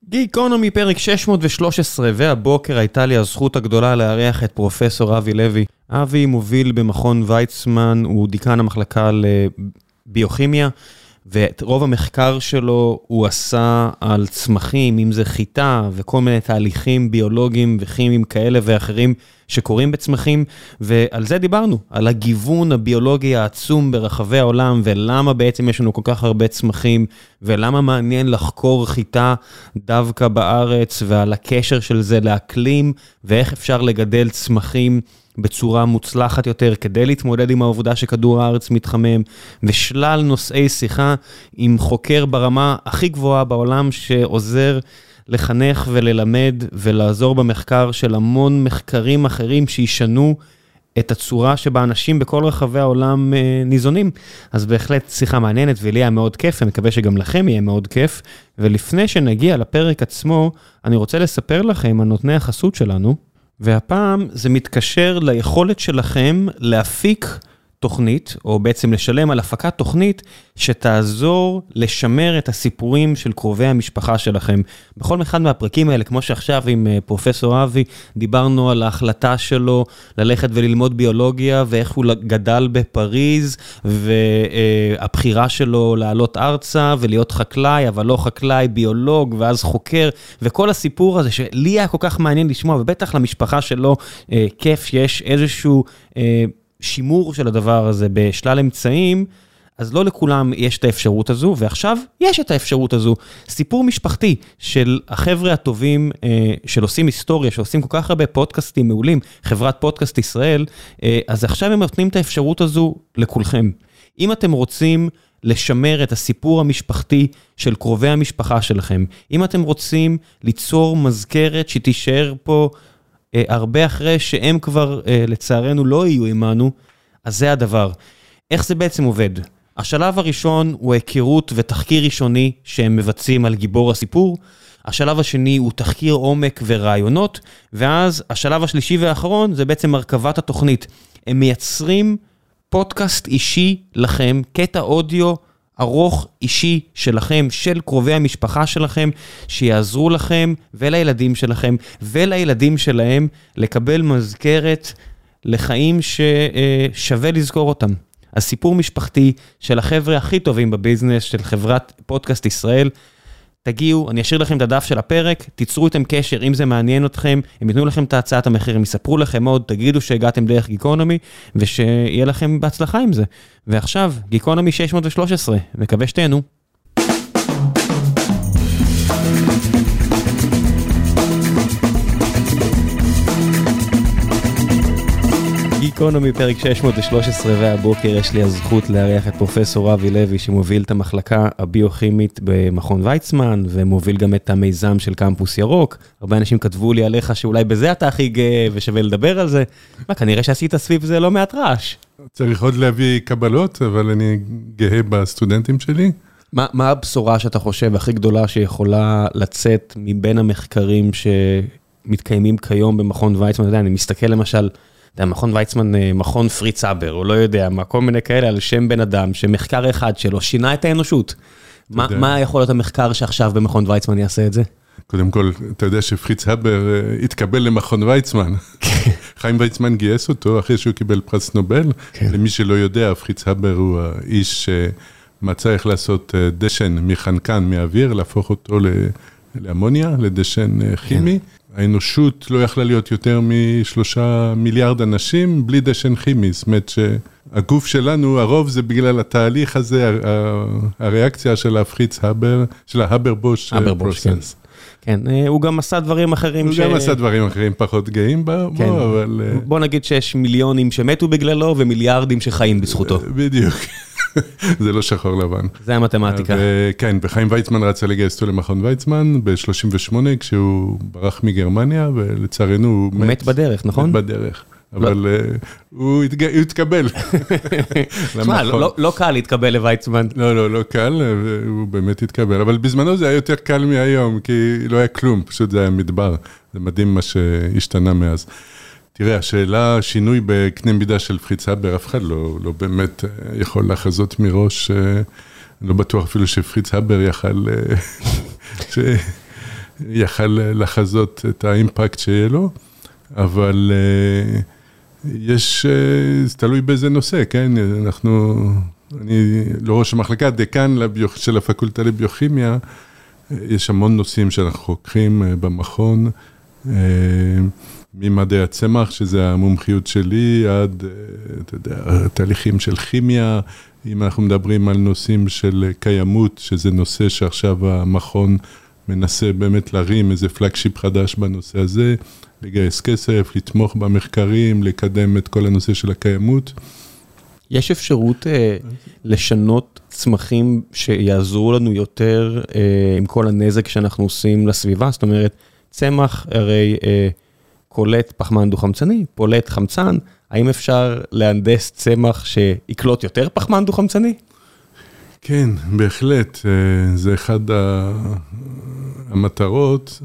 גיקונומי פרק 613, והבוקר הייתה לי הזכות הגדולה לארח את פרופסור אבי לוי. אבי מוביל במכון ויצמן, הוא דיקן המחלקה לביוכימיה, ואת רוב המחקר שלו הוא עשה על צמחים, אם זה חיטה וכל מיני תהליכים ביולוגיים וכימיים כאלה ואחרים שקורים בצמחים, ועל זה דיברנו, על הגיוון הביולוגי העצום ברחבי העולם, ולמה בעצם יש לנו כל כך הרבה צמחים, ולמה מעניין לחקור חיטה דווקא בארץ, ועל הקשר של זה לאקלים, ואיך אפשר לגדל צמחים בצורה מוצלחת יותר, כדי להתמודד עם העובדה שכדור הארץ מתחמם, ושלל נושאי שיחה עם חוקר ברמה הכי גבוהה בעולם, שעוזר לחנך וללמד ולעזור במחקר של המון מחקרים אחרים שישנו את הצורה שבה אנשים בכל רחבי העולם ניזונים. אז בהחלט שיחה מעניינת, ולי היה מאוד כיף, אני מקווה שגם לכם יהיה מאוד כיף. ולפני שנגיע לפרק עצמו, אני רוצה לספר לכם על נותני החסות שלנו, והפעם זה מתקשר ליכולת שלכם להפיק תוכנית, או בעצם לשלם על הפקת תוכנית, שתעזור לשמר את הסיפורים של קרובי המשפחה שלכם. בכל אחד מהפרקים האלה, כמו שעכשיו עם פרופסור אבי, דיברנו על ההחלטה שלו ללכת וללמוד ביולוגיה, ואיך הוא גדל בפריז, והבחירה שלו לעלות ארצה, ולהיות חקלאי, אבל לא חקלאי, ביולוג, ואז חוקר, וכל הסיפור הזה שלי היה כל כך מעניין לשמוע, ובטח למשפחה שלו כיף שיש איזשהו שימור של הדבר הזה בשלל אמצעים, אז לא לכולם יש את האפשרות הזו, ועכשיו יש את האפשרות הזו. סיפור משפחתי של החבר'ה הטובים של עושים היסטוריה, שעושים כל כך הרבה פודקאסטים מעולים, חברת פודקאסט ישראל, אז עכשיו הם נותנים את האפשרות הזו לכולכם. אם אתם רוצים לשמר את הסיפור המשפחתי של קרובי המשפחה שלכם, אם אתם רוצים ליצור מזכרת שתישאר פה הרבה אחרי שהם כבר לצערנו לא יהיו עמנו, אז זה הדבר. איך זה בעצם עובד? השלב הראשון הוא היכרות ותחקיר ראשוני שהם מבצעים על גיבור הסיפור, השלב השני הוא תחקיר עומק ורעיונות, ואז השלב השלישי והאחרון זה בעצם הרכבת התוכנית. הם מייצרים פודקאסט אישי לכם, קטע אודיו ארוך אישי שלכם, של קרובי המשפחה שלכם, שיעזרו לכם ולילדים שלכם ולילדים שלהם לקבל מזכרת לחיים ששווה לזכור אותם. הסיפור משפחתי של החבר'ה הכי טובים בביזנס של חברת פודקאסט ישראל, תגיעו, אני אשאיר לכם את הדף של הפרק, תיצרו איתם קשר, אם זה מעניין אתכם, הם ייתנו לכם את הצעת המחיר, הם יספרו לכם עוד, תגידו שהגעתם דרך גיקונומי, ושיהיה לכם בהצלחה עם זה. ועכשיו, גיקונומי 613, מקווה שתהנו. גיקונומי פרק 613, והבוקר יש לי הזכות לארח את פרופסור אבי לוי, שמוביל את המחלקה הביוכימית במכון ויצמן, ומוביל גם את המיזם של קמפוס ירוק. הרבה אנשים כתבו לי עליך שאולי בזה אתה הכי גאה ושווה לדבר על זה. מה, כנראה שעשית סביב זה לא מעט רעש. צריך עוד להביא קבלות, אבל אני גאה בסטודנטים שלי. מה הבשורה שאתה חושב הכי גדולה שיכולה לצאת מבין המחקרים שמתקיימים כיום במכון ויצמן? אני מסתכל למשל, מכון ויצמן, מכון פריץ הבר, או לא יודע, כל מיני כאלה על שם בן אדם, שמחקר אחד שלו שינה את האנושות. מה יכול להיות המחקר שעכשיו במכון ויצמן יעשה את זה? קודם כל, אתה יודע שפריץ הבר התקבל למכון ויצמן. חיים ויצמן גייס אותו אחרי שהוא קיבל פרס נובל. למי שלא יודע, פריץ הבר הוא האיש שמצא איך לעשות דשן מחנקן מהאוויר, להפוך אותו לאמוניה, לדשן כימי. האנושות לא יכלה להיות יותר מ3 מיליארד אנשים בלי דשן כימי, זאת אומרת שהגוף שלנו, הרוב זה בגלל התהליך הזה, הריאקציה של הפריץ הבר, של ההבר-בוש פרוסס. כן, הוא גם עשה דברים אחרים. הוא גם עשה דברים אחרים פחות גאים בו, אבל בוא נגיד שיש מיליונים שמתו בגללו ומיליארדים שחיים בזכותו. בדיוק. זה לא שחור לבן. זה המתמטיקה. כן, וחיים ויצמן רצה לגייס אותו למכון ויצמן ב-38, כשהוא ברח מגרמניה, ולצערנו הוא מת בדרך, נכון? מת בדרך. אבל הוא התקבל. תשמע, לא קל להתקבל לויצמן. לא קל, הוא באמת התקבל. אבל בזמנו זה היה יותר קל מהיום, כי לא היה כלום, פשוט זה היה מדבר. זה מדהים מה שהשתנה מאז. תראה, השאלה, שינוי בקנה מידה של פריץ הבר, אף אחד לא באמת יכול לחזות מראש, אני לא בטוח אפילו שפריץ הבר יכל יכל לחזות את האימפקט שיהיה לו, אבל זה תלוי באיזה נושא, כן? אני לא ראש המחלקה, דקן של הפקולטה לביוכימיה, יש המון נושאים שאנחנו חוקרים במכון, ממדעי הצמח, שזה המומחיות שלי, עד, אתה יודע, תהליכים של כימיה, אם אנחנו מדברים על נושאים של קיימות, שזה נושא שעכשיו המכון מנסה באמת להרים איזה פלאגשיפ חדש בנושא הזה, לגייס כסף, לתמוך במחקרים, לקדם את כל הנושא של הקיימות. יש אפשרות לשנות צמחים שיעזרו לנו יותר עם כל הנזק שאנחנו עושים לסביבה? זאת אומרת, צמח הרי קולט פחמן דו-חמצני, פולט חמצן, האם אפשר להנדס צמח שיקלוט יותר פחמן דו-חמצני? כן, בהחלט, זה אחד המטרות,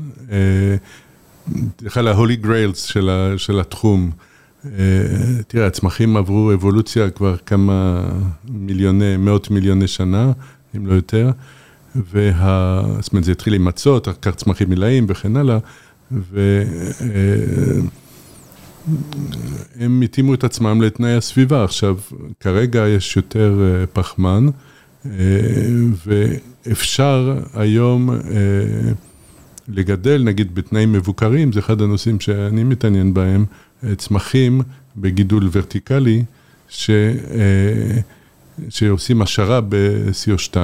אחד ה-Holy Grails של התחום. תראה, הצמחים עברו אבולוציה כבר כמה מאות מיליוני שנה, אם לא יותר, זאת אומרת, זה התחיל עם מצות, כך צמחים מלאים וכן הלאה, והם התאימו את עצמם לתנאי הסביבה. עכשיו, כרגע יש יותר פחמן, ואפשר היום לגדל, נגיד בתנאים מבוקרים, זה אחד הנושאים שאני מתעניין בהם, צמחים בגידול ורטיקלי, שעושים השערה ב-CO2,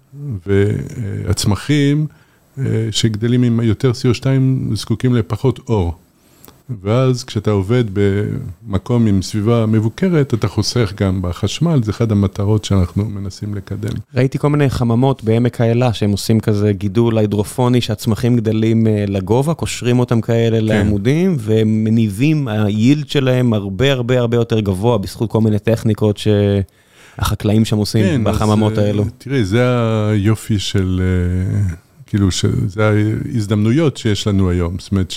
והצמחים שגדלים עם יותר CO2 זקוקים לפחות אור. ואז כשאתה עובד במקום עם סביבה מבוקרת, אתה חוסך גם בחשמל, זה אחד המטרות שאנחנו מנסים לקדם. ראיתי כל מיני חממות בעמק האלה, שהם עושים כזה גידול הידרופוני, שהצמחים גדלים לגובה, קושרים אותם כאלה לעמודים, ומניבים, היילד שלהם הרבה הרבה הרבה יותר גבוה, בזכות כל מיני טכניקות שהחקלאים שם עושים בחממות האלו. תראי, זה היופי של, כאילו, זה ההזדמנויות שיש לנו היום, זאת אומרת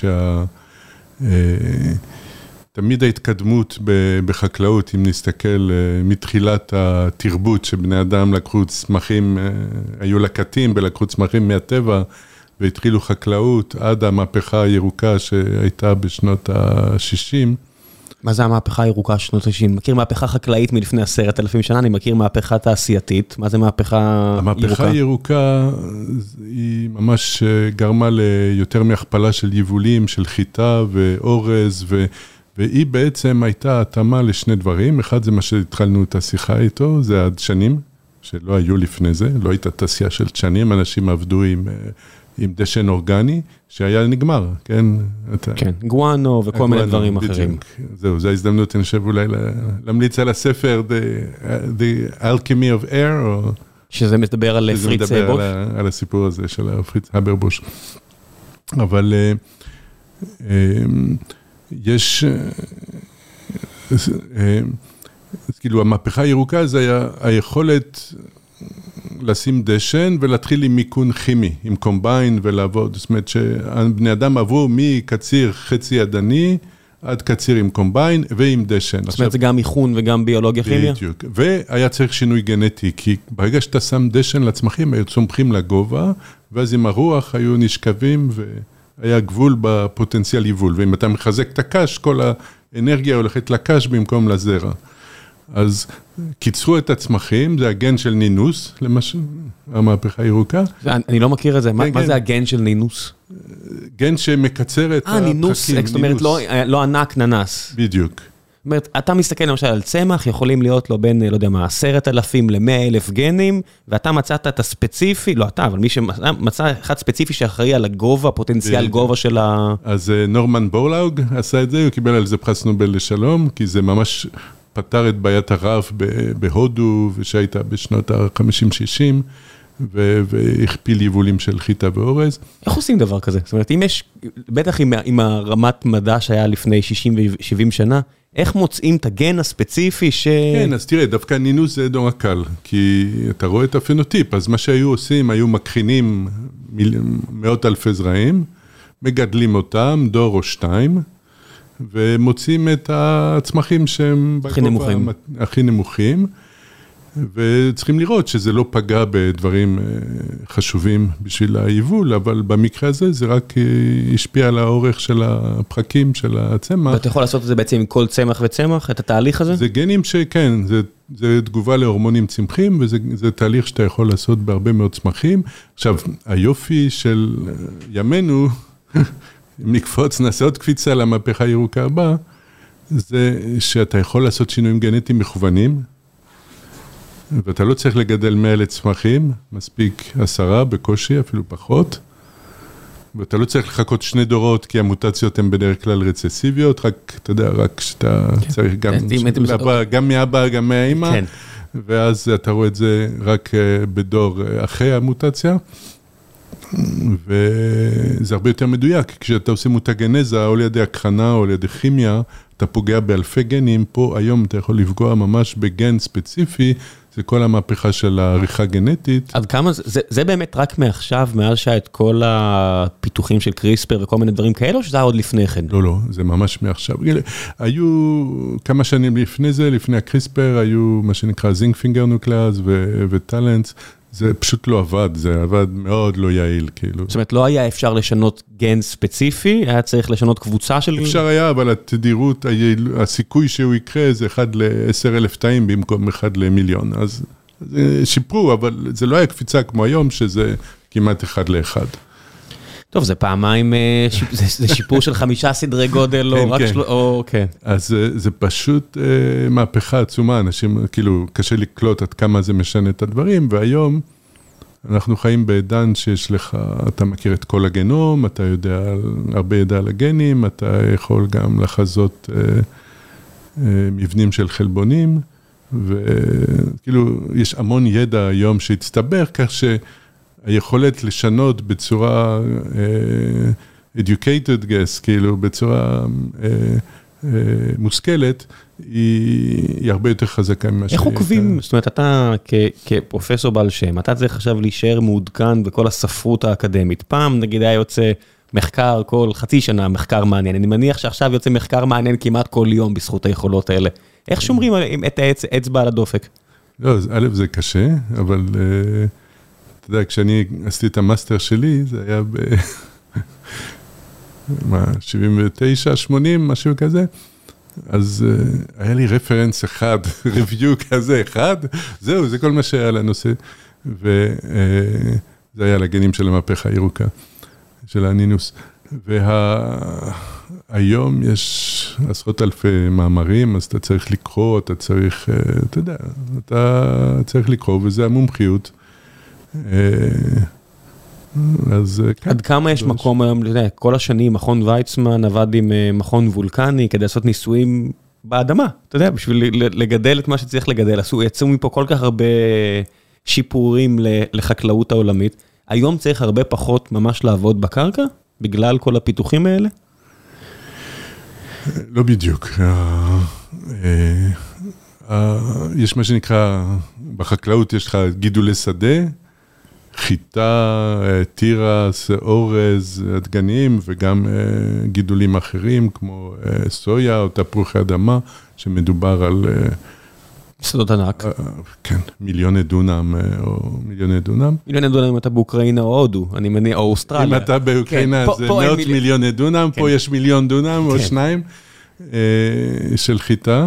תמיד ההתקדמות בחקלאות, אם נסתכל מתחילת התרבות שבני אדם לקחו צמחים, היו לקטים ולקחו צמחים מהטבע והתחילו חקלאות עד המהפכה הירוקה שהייתה בשנות ה-60. מה זה המהפכה הירוקה שנות ה-60? מכיר מהפכה חקלאית מלפני 10,000 שנה, אני מכיר מהפכה תעשייתית. מה זה מהפכה ירוקה? המהפכה הירוקה היא ממש גרמה ליותר מהכפלה של יבולים, של חיטה ואורז, והיא בעצם הייתה התאמה לשני דברים. אחד זה מה שהתחלנו את השיחה איתו, זה הדשנים, שלא היו לפני זה, לא הייתה תעשייה של דשנים, אנשים עבדו עם דשן אורגני, שהיה נגמר, כן? כן, גואנו וכל מיני דברים אחרים. זהו, זו ההזדמנות, אני חושב אולי להמליץ על הספר, The Alchemy of Air, או... שזה מדבר על פריץ בוש? על הסיפור הזה של פריץ הברבוש. אבל יש... כאילו, המהפכה הירוקה זה היה היכולת... לשים דשן ולהתחיל עם מיקון כימי, עם קומביין ולעבוד. זאת אומרת שבני אדם עברו מקציר חצי ידני, עד קציר עם קומביין ועם דשן. זאת אומרת זה גם איכון וגם ביולוגיה כימיה? בדיוק. והיה צריך שינוי גנטי, כי ברגע שאתה שם דשן לצמחים, היו צומחים לגובה, ואז עם הרוח היו נשכבים, והיה גבול בפוטנציאל יבול. ואם אתה מחזק את הקש, כל האנרגיה הולכת לקש במקום לזרע. אז קיצרו את הצמחים, זה הגן של נינוס, למשל, המהפכה הירוקה. אני לא מכיר את זה, מה זה הגן של נינוס? גן שמקצר את הפחקים. נינוס, זאת אומרת, לא ענק ננס. בדיוק. זאת אומרת, אתה מסתכל למשל על צמח, יכולים להיות לו בין, לא יודע מה, 10,000 ל100,000 גנים, ואתה מצאת את הספציפי, לא אתה, אבל מי שמצא אחד ספציפי שאחראי על הגובה, פוטנציאל גובה של ה... אז נורמן בורלאוג עשה את זה, הוא קיבל על זה פרס נובל לשלום, כי זה ממש... פתר את בעיית הרעב בהודו, ושהייתה בשנות ה-50-60, והכפיל יבולים של חיטה ואורז. איך עושים דבר כזה? זאת אומרת, אם יש, בטח עם הרמת מדע שהיה לפני 60 ו-70 שנה, איך מוצאים את הגן הספציפי ש... כן, אז תראה, דווקא נינוס זה נורא קל, כי אתה רואה את הפנוטיפ, אז מה שהיו עושים, היו מקחינים מאות אלפי זרעים, מגדלים אותם, דור או שתיים, ומוצאים את הצמחים שהם הכי נמוכים. הכי נמוכים, וצריכים לראות שזה לא פגע בדברים חשובים בשביל היבול, אבל במקרה הזה זה רק השפיע על האורך של הפרקים של הצמח. ואתה יכול לעשות את זה בעצם עם כל צמח וצמח, את התהליך הזה? זה גנים שכן, זה תגובה להורמונים צמחים, וזה תהליך שאתה יכול לעשות בהרבה מאוד צמחים. עכשיו, היופי של ימינו, אם נקפוץ, נעשה עוד קפיצה למהפכה הירוקה הבאה, זה שאתה יכול לעשות שינויים גנטיים מכוונים, ואתה לא צריך לגדל 100,000 צמחים, מספיק 10 בקושי, אפילו פחות, ואתה לא צריך לחכות 2 דורות, כי המוטציות הן בדרך כלל רצסיביות, רק, אתה יודע, רק שאתה צריך גם מאבא, גם מהאמא, ואז אתה רואה את זה רק בדור אחרי המוטציה, וזה הרבה יותר מדויק, כשאתה עושה מוטגנזה, או לידי הכחנה, או לידי כימיה, אתה פוגע באלפי גנים, פה היום אתה יכול לפגוע ממש בגן ספציפי, זה כל המהפכה של העריכה גנטית. עד כמה, זה באמת רק מעכשיו, מאז שאת כל הפיתוחים של קריספר וכל מיני דברים כאלו, או שזה היה עוד לפני כן? לא, זה ממש מעכשיו. היו כמה שנים לפני זה, לפני הקריספר, היו מה שנקרא זינק פינגר נוקלאז וטלנטס, זה פשוט לא עבד, זה עבד מאוד לא יעיל, כאילו. זאת אומרת, לא היה אפשר לשנות גן ספציפי, היה צריך לשנות קבוצה של... אפשר היה, אבל התדירות, הסיכוי שהוא יקרה, זה 1 ל-10,000 תאים, במקום 1 למיליון. אז שיפרו, אבל זה לא היה קפיצה כמו היום, שזה כמעט 1 ל-1. טוב, זה פעמיים, זה שיפור של 5 סדרי גודל, או רק כן. אז זה פשוט מהפכה עצומה, אנשים, כאילו, קשה לקלוט עד כמה זה משנה את הדברים, והיום אנחנו חיים בעידן שיש לך, אתה מכיר את כל הגנום, אתה יודע, הרבה ידע על הגנים, אתה יכול גם לחזות מבנים של חלבונים, וכאילו, יש המון ידע היום שהצטבר, כך ש... היכולת לשנות בצורה educated guess, כאילו בצורה מושכלת, היא הרבה יותר חזקה ממה שהיא. איך עוקבים? זאת אומרת, אתה כפרופסור בעל שם, אתה צריך עכשיו להישאר מעודכן בכל הספרות האקדמית. פעם, נגיד, היה יוצא מחקר כל חצי שנה, מחקר מעניין. אני מניח שעכשיו יוצא מחקר מעניין כמעט כל יום בזכות היכולות האלה. איך שומרים את האצבע על הדופק? לא, א', זה קשה, אבל... אתה יודע, כשאני עשיתי את המאסטר שלי, זה היה ב-79, 80, משהו כזה, אז היה לי רפרנס אחד, ריוויו כזה אחד, זהו, זה כל מה שהיה לנושא, וזה היה לגנים של המהפכה הירוקה, של הנינוס, והיום יש עשרות אלפי מאמרים, אז אתה צריך לקרוא, אתה צריך, אתה יודע, אתה צריך לקרוא, וזה המומחיות, עד כמה יש מקום היום, כל השנים מכון ויצמן עבד עם מכון וולקני כדי לעשות ניסויים באדמה, אתה יודע, בשביל לגדל את מה שצריך לגדל, יצאו מפה כל כך הרבה שיפורים לחקלאות העולמית, היום צריך הרבה פחות ממש לעבוד בקרקע, בגלל כל הפיתוחים האלה? לא בדיוק, יש מה שנקרא, בחקלאות יש לך גידולי שדה, חיטה, תירס, אורז, הדגנים, וגם גידולים אחרים, כמו סויה או תפוחי אדמה, שמדובר על... שדות ענק. כן, מיליוני דונם או מיליוני דונם. מיליוני דונם אם אתה באוקראינה או הודו, אני מניח, או אוסטרליה. אם אתה באוקראינה זה מאות מיליוני דונם, פה יש מיליון דונם או 2 של חיטה.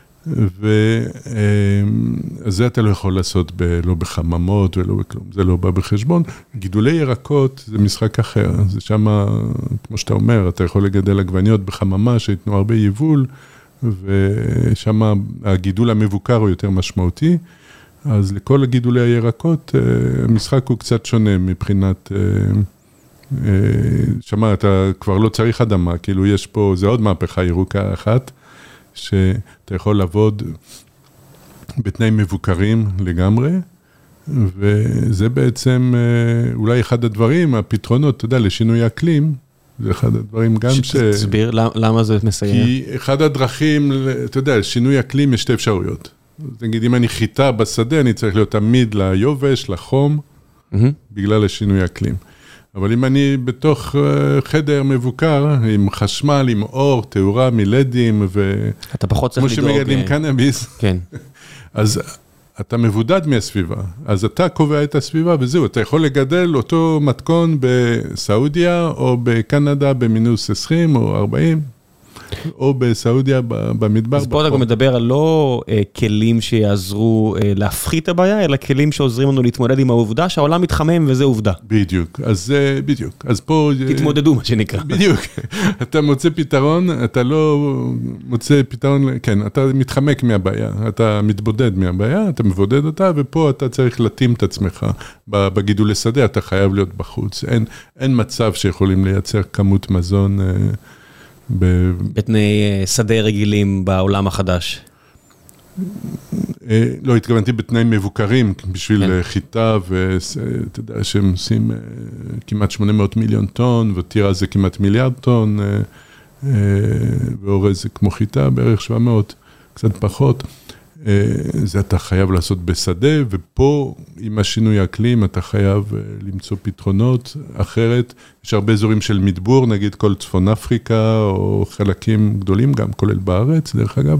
וזה אתה לא יכול לעשות לא בחממות ולא בכלום, זה לא בא בחשבון. גידולי ירקות זה משחק אחר, זה שמה, כמו שאתה אומר, אתה יכול לגדל עגבניות בחממה שיתנו הרבה יבול, ושמה הגידול המבוקר הוא יותר משמעותי, אז לכל הגידולי הירקות, המשחק הוא קצת שונה מבחינת, שמה אתה כבר לא צריך אדמה, כאילו יש פה, זה עוד מהפכה ירוקה אחת, שאתה יכול לעבוד בתנאים מבוקרים לגמרי, וזה בעצם אולי אחד הדברים, הפתרונות, אתה יודע, לשינוי אקלים, זה אחד הדברים גם שתסביר למה זה מסייע. כי אחד הדרכים, אתה יודע, שינוי אקלים יש 2 אפשרויות. נגיד, אם אני חיטה בשדה, אני צריך להיות תמיד ליובש, לחום, בגלל השינוי אקלים. אבל אם אני בתוך חדר מבוקר, עם חשמל, עם אור, תאורה מלדים, אתה פחות צריך כמו שמגדלים קנאביס, כן. אז אתה מבודד מהסביבה, אז אתה קובע את הסביבה וזהו, אתה יכול לגדל אותו מתכון בסעודיה או בקנדה במינוס 20 או 40, או בסעודיה במדבר. אז פה אתה גם מדבר על לא כלים שיעזרו להפחית את הבעיה, אלא כלים שעוזרים לנו להתמודד עם העובדה שהעולם מתחמם וזה עובדה. בדיוק, אז בדיוק. אז פה... תתמודדו, מה שנקרא. בדיוק. אתה מוצא פתרון, אתה לא מוצא פתרון, כן, אתה מתחמק מהבעיה, אתה מתבודד מהבעיה, אתה מבודד אותה, ופה אתה צריך להתאים את עצמך. בגידולי שדה אתה חייב להיות בחוץ. אין מצב שיכולים לייצר כמות מזון... בתנאי שדה רגילים בעולם החדש. לא, התכוונתי בתנאי מבוקרים, בשביל חיטה, ואתה יודע שהם עושים כמעט 800 מיליון טון, וטירה זה כמעט מיליארד טון, ואורז זה כמו חיטה, בערך 700, קצת פחות. זה אתה חייב לעשות בשדה, ופה עם השינוי האקלים אתה חייב למצוא פתרונות. אחרת, יש הרבה אזורים של מדבור, נגיד כל צפון אפריקה, או חלקים גדולים, גם כולל בארץ, דרך אגב.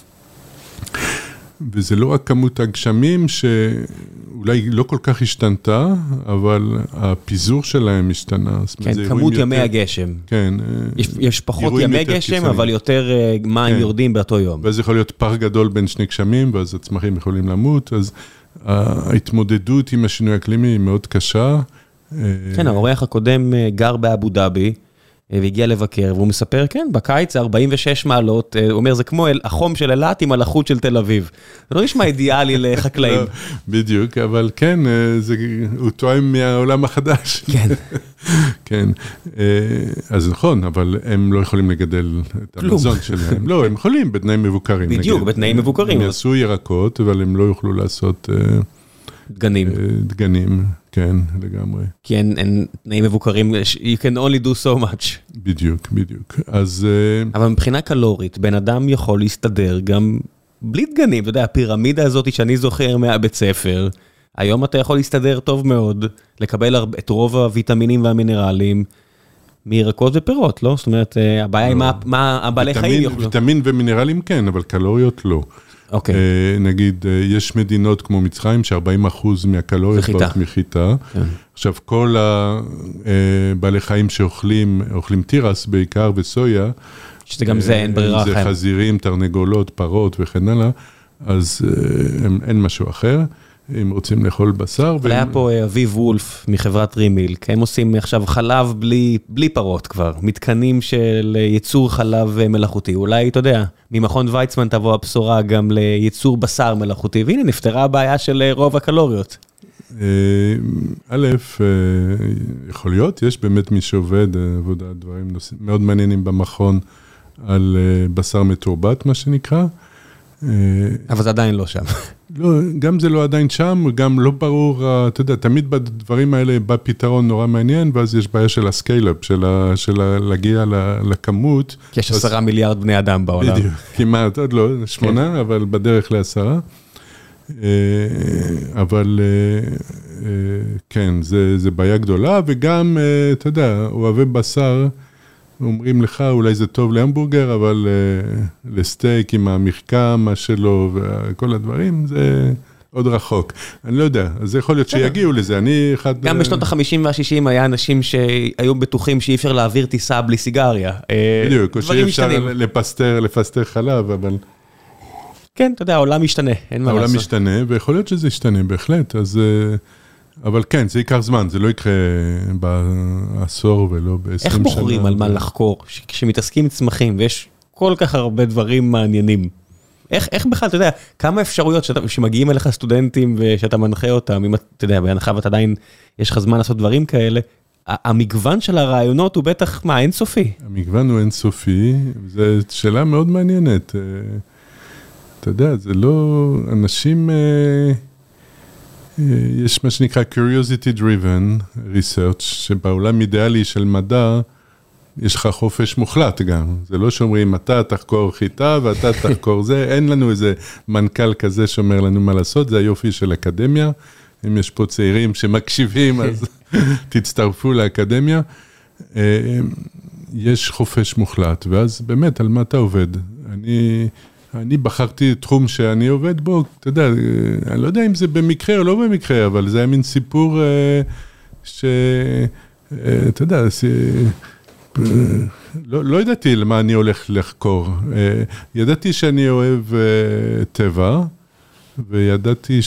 וזה לא רק כמות הגשמים שאולי לא כל כך השתנתה, אבל הפיזור שלהם השתנה. כן, כמות ימי הגשם. כן. יש פחות ימי גשם, אבל יותר מים יורדים באותו יום. ואז יכול להיות פר גדול בין שני גשמים, ואז הצמחים יכולים למות, אז ההתמודדות עם השינוי האקלימי היא מאוד קשה. כן, האורח הקודם גר באבו דאבי, והגיע לבקר, והוא מספר, כן, בקיץ זה 46 מעלות, הוא אומר, זה כמו החום של אילת עם הלחות של תל אביב. זה לא נשמע אידיאלי לחקלאים. בדיוק, אבל כן, הוא טועם מהעולם החדש. כן. כן, אז נכון, אבל הם לא יכולים לגדל את המזון שלהם. לא, הם יכולים בתנאים מבוקרים. בדיוק, בתנאים מבוקרים. הם יעשו ירקות, אבל הם לא יוכלו לעשות... דגנים. דגנים, כן, לגמרי. כי אין תנאים מבוקרים, you can only do so much. בדיוק, בדיוק. אז... אבל מבחינה קלורית, בן אדם יכול להסתדר גם בלי דגנים. אתה יודע, הפירמידה הזאת שאני זוכר מהבית ספר, היום אתה יכול להסתדר טוב מאוד, לקבל את רוב הוויטמינים והמינרלים, מירקות ופירות, לא? זאת אומרת, הבעיה היא מה הבעלי חיים יוכלו. ויטמין ומינרלים כן, אבל קלוריות לא. אוקיי. נגיד, יש מדינות כמו מצרים, ש40% מהקלוריות באות מחיטה. עכשיו, כל הבעלי חיים שאוכלים תירס בעיקר וסויה, שזה גם זה, אין ברירה אחרת. זה חזירים, תרנגולות, פרות וכן הלאה, אז אין משהו אחר. אם רוצים לאכול בשר. היה פה אביב וולף מחברת רימיל, הם עושים עכשיו חלב בלי פרות כבר, מתקנים של ייצור חלב מלאכותי. אולי, אתה יודע, ממכון ויצמן תבוא הבשורה גם לייצור בשר מלאכותי, והנה נפתרה הבעיה של רוב הקלוריות. א', יכול להיות, יש באמת מי שעובד, עבודה, דברים מאוד מעניינים במכון, על בשר מתורבת, מה שנקרא. אבל זה עדיין לא שם. לא, גם זה לא עדיין שם, גם לא ברור, אתה יודע, תמיד בדברים האלה בא פתרון נורא מעניין, ואז יש בעיה של הסקייל-אפ, של להגיע לכמות. כי יש 10 מיליארד בני אדם בעולם. בדיוק, כמעט, עוד לא, 8, אבל בדרך ל10. אבל כן, זה בעיה גדולה, וגם, אתה יודע, אוהבי בשר, אומרים לך, אולי זה טוב להמבורגר, אבל לסטייק עם המחכם, מה שלו, וכל הדברים, זה עוד רחוק. אני לא יודע, אז זה יכול להיות שיגיעו לזה. גם בשנות ה-50 וה-60 היה אנשים שהיו בטוחים שאי אפשר להעביר טיסה בלי סיגריה. בדיוק, או שאי אפשר לפסטר חלב, אבל... כן, אתה יודע, העולם משתנה, אין מה לעשות. העולם משתנה, ויכול להיות שזה ישתנה בהחלט, אז... אבל כן, זה ייקח זמן, זה לא יקרה בעשור ולא ב-20 שנה. איך בוחרים על מה לחקור, כשמתעסקים עם צמחים, ויש כל כך הרבה דברים מעניינים? איך בכלל, אתה יודע, כמה אפשרויות שמגיעים אליך סטודנטים ושאתה מנחה אותם, אם אתה יודע, בהנחה ואתה עדיין, יש לך זמן לעשות דברים כאלה, המגוון של הרעיונות הוא בטח, מה, אינסופי? המגוון הוא אינסופי, זו שאלה מאוד מעניינת. אתה יודע, זה לא, אנשים... יש מה שנקרא curiosity driven research, שבעולם אידיאלי של מדע, יש לך חופש מוחלט גם. זה לא שאומרים, אתה תחקור חיטה ואתה תחקור זה, אין לנו איזה מנכ"ל כזה שאומר לנו מה לעשות, זה היופי של אקדמיה. אם יש פה צעירים שמקשיבים, אז תצטרפו לאקדמיה. יש חופש מוחלט, ואז באמת, על מה אתה עובד? אני בחרתי תחום שאני עובד בו, אתה יודע, אני לא יודע אם זה במקרה או לא במקרה, אבל זה היה מין סיפור אתה יודע, לא ידעתי למה אני הולך לחקור. ידעתי שאני אוהב טבע, וידעתי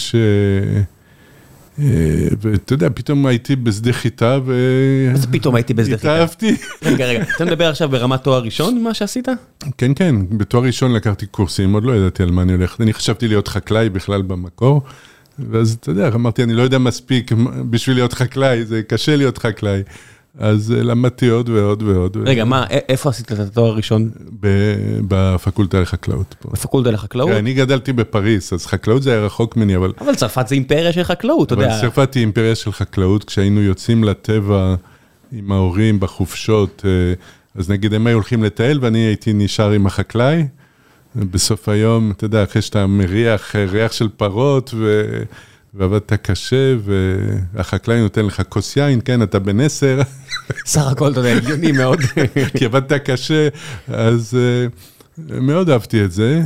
ואתה יודע, פתאום הייתי בשדה חיטה, אז פתאום הייתי בשדה חיטה. התאהבתי. רגע, אתה מדבר עכשיו ברמת תואר ראשון, מה שעשית? כן, כן, בתואר ראשון לקחתי קורסים, עוד לא ידעתי על מה אני הולך. אני חשבתי להיות חקלאי בכלל במקור, ואז אתה יודע, אמרתי, אני לא יודע מספיק בשביל להיות חקלאי, זה קשה להיות חקלאי. אז למדתי עוד ועוד ועוד. רגע, מה, איפה עשית את התואר הראשון? בפקולטה לחקלאות. בפקולטה לחקלאות? אני גדלתי בפריס, אז חקלאות זה היה רחוק ממני, אבל... אבל צרפת זה אימפריה של חקלאות, אתה יודע. אבל צרפת היא אימפריה של חקלאות, כשהיינו יוצאים לטבע עם ההורים בחופשות, אז נגיד הם היו הולכים לטייל, ואני הייתי נשאר עם החקלאי, בסוף היום, אתה יודע, אחרי שאתה מריח ריח של פרות, ועבדת קשה, והחקלאי נותן לך כוס יין, כן, אתה בן 10. סך הכל, אתה יודע, הגיוני מאוד. כי עבדת קשה, אז מאוד אהבתי את זה,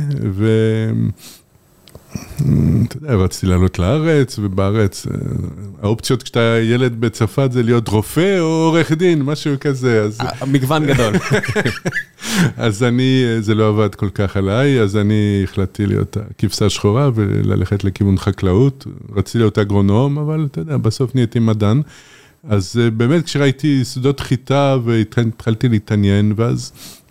אתה יודע, רציתי לעלות לארץ, ובארץ, האופציות כשאתה ילד בצרפת זה להיות רופא או עורך דין, משהו כזה. מגוון גדול. אז זה לא עבד כל כך עליי, אז אני החלטתי להיות כבשה שחורה וללכת לכיוון חקלאות. רציתי להיות אגרונום, אבל אתה יודע, בסוף נהייתי מדען. אז באמת כשראיתי שדות חיטה והתחלתי להתעניין, ואז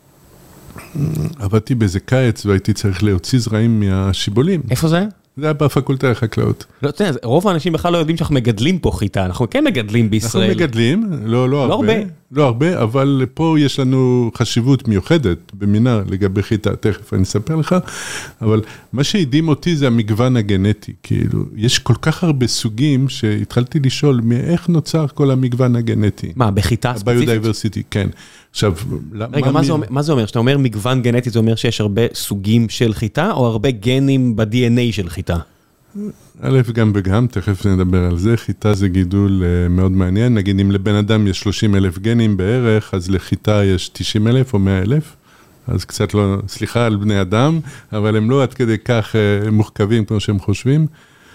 עבדתי באיזה קיץ והייתי צריך להוציא זרעים מהשיבולים. איפה זה? זה היה בפקולטה לחקלאות. לא, אתה יודע, רוב האנשים בכלל לא יודעים שאנחנו מגדלים פה חיטה, אנחנו כן מגדלים בישראל. אנחנו מגדלים, לא הרבה. לא הרבה, אבל פה יש לנו חשיבות מיוחדת במינה לגבי חיטה, תכף אני אספר לך, אבל מה שהדהים אותי זה המגוון הגנטי, כאילו, יש כל כך הרבה סוגים שהתחלתי לשאול מאיך נוצר כל המגוון הגנטי. מה, בחיטה ספציפית? ביודייברסיטי, כן. עכשיו, רגע, מה זה אומר? שאתה אומר מגוון גנטי, זה אומר שיש הרבה סוגים של חיטה, או הרבה גנים ב-DNA של חיטה? א' גם וגם, תכף נדבר על זה, חיטה זה גידול מאוד מעניין, נגיד אם לבן אדם יש 30,000 גנים בערך, אז לחיטה יש 90,000 או 100,000, אז קצת לא, סליחה על בני אדם, אבל הם לא עד כדי כך מורכבים כמו שהם חושבים.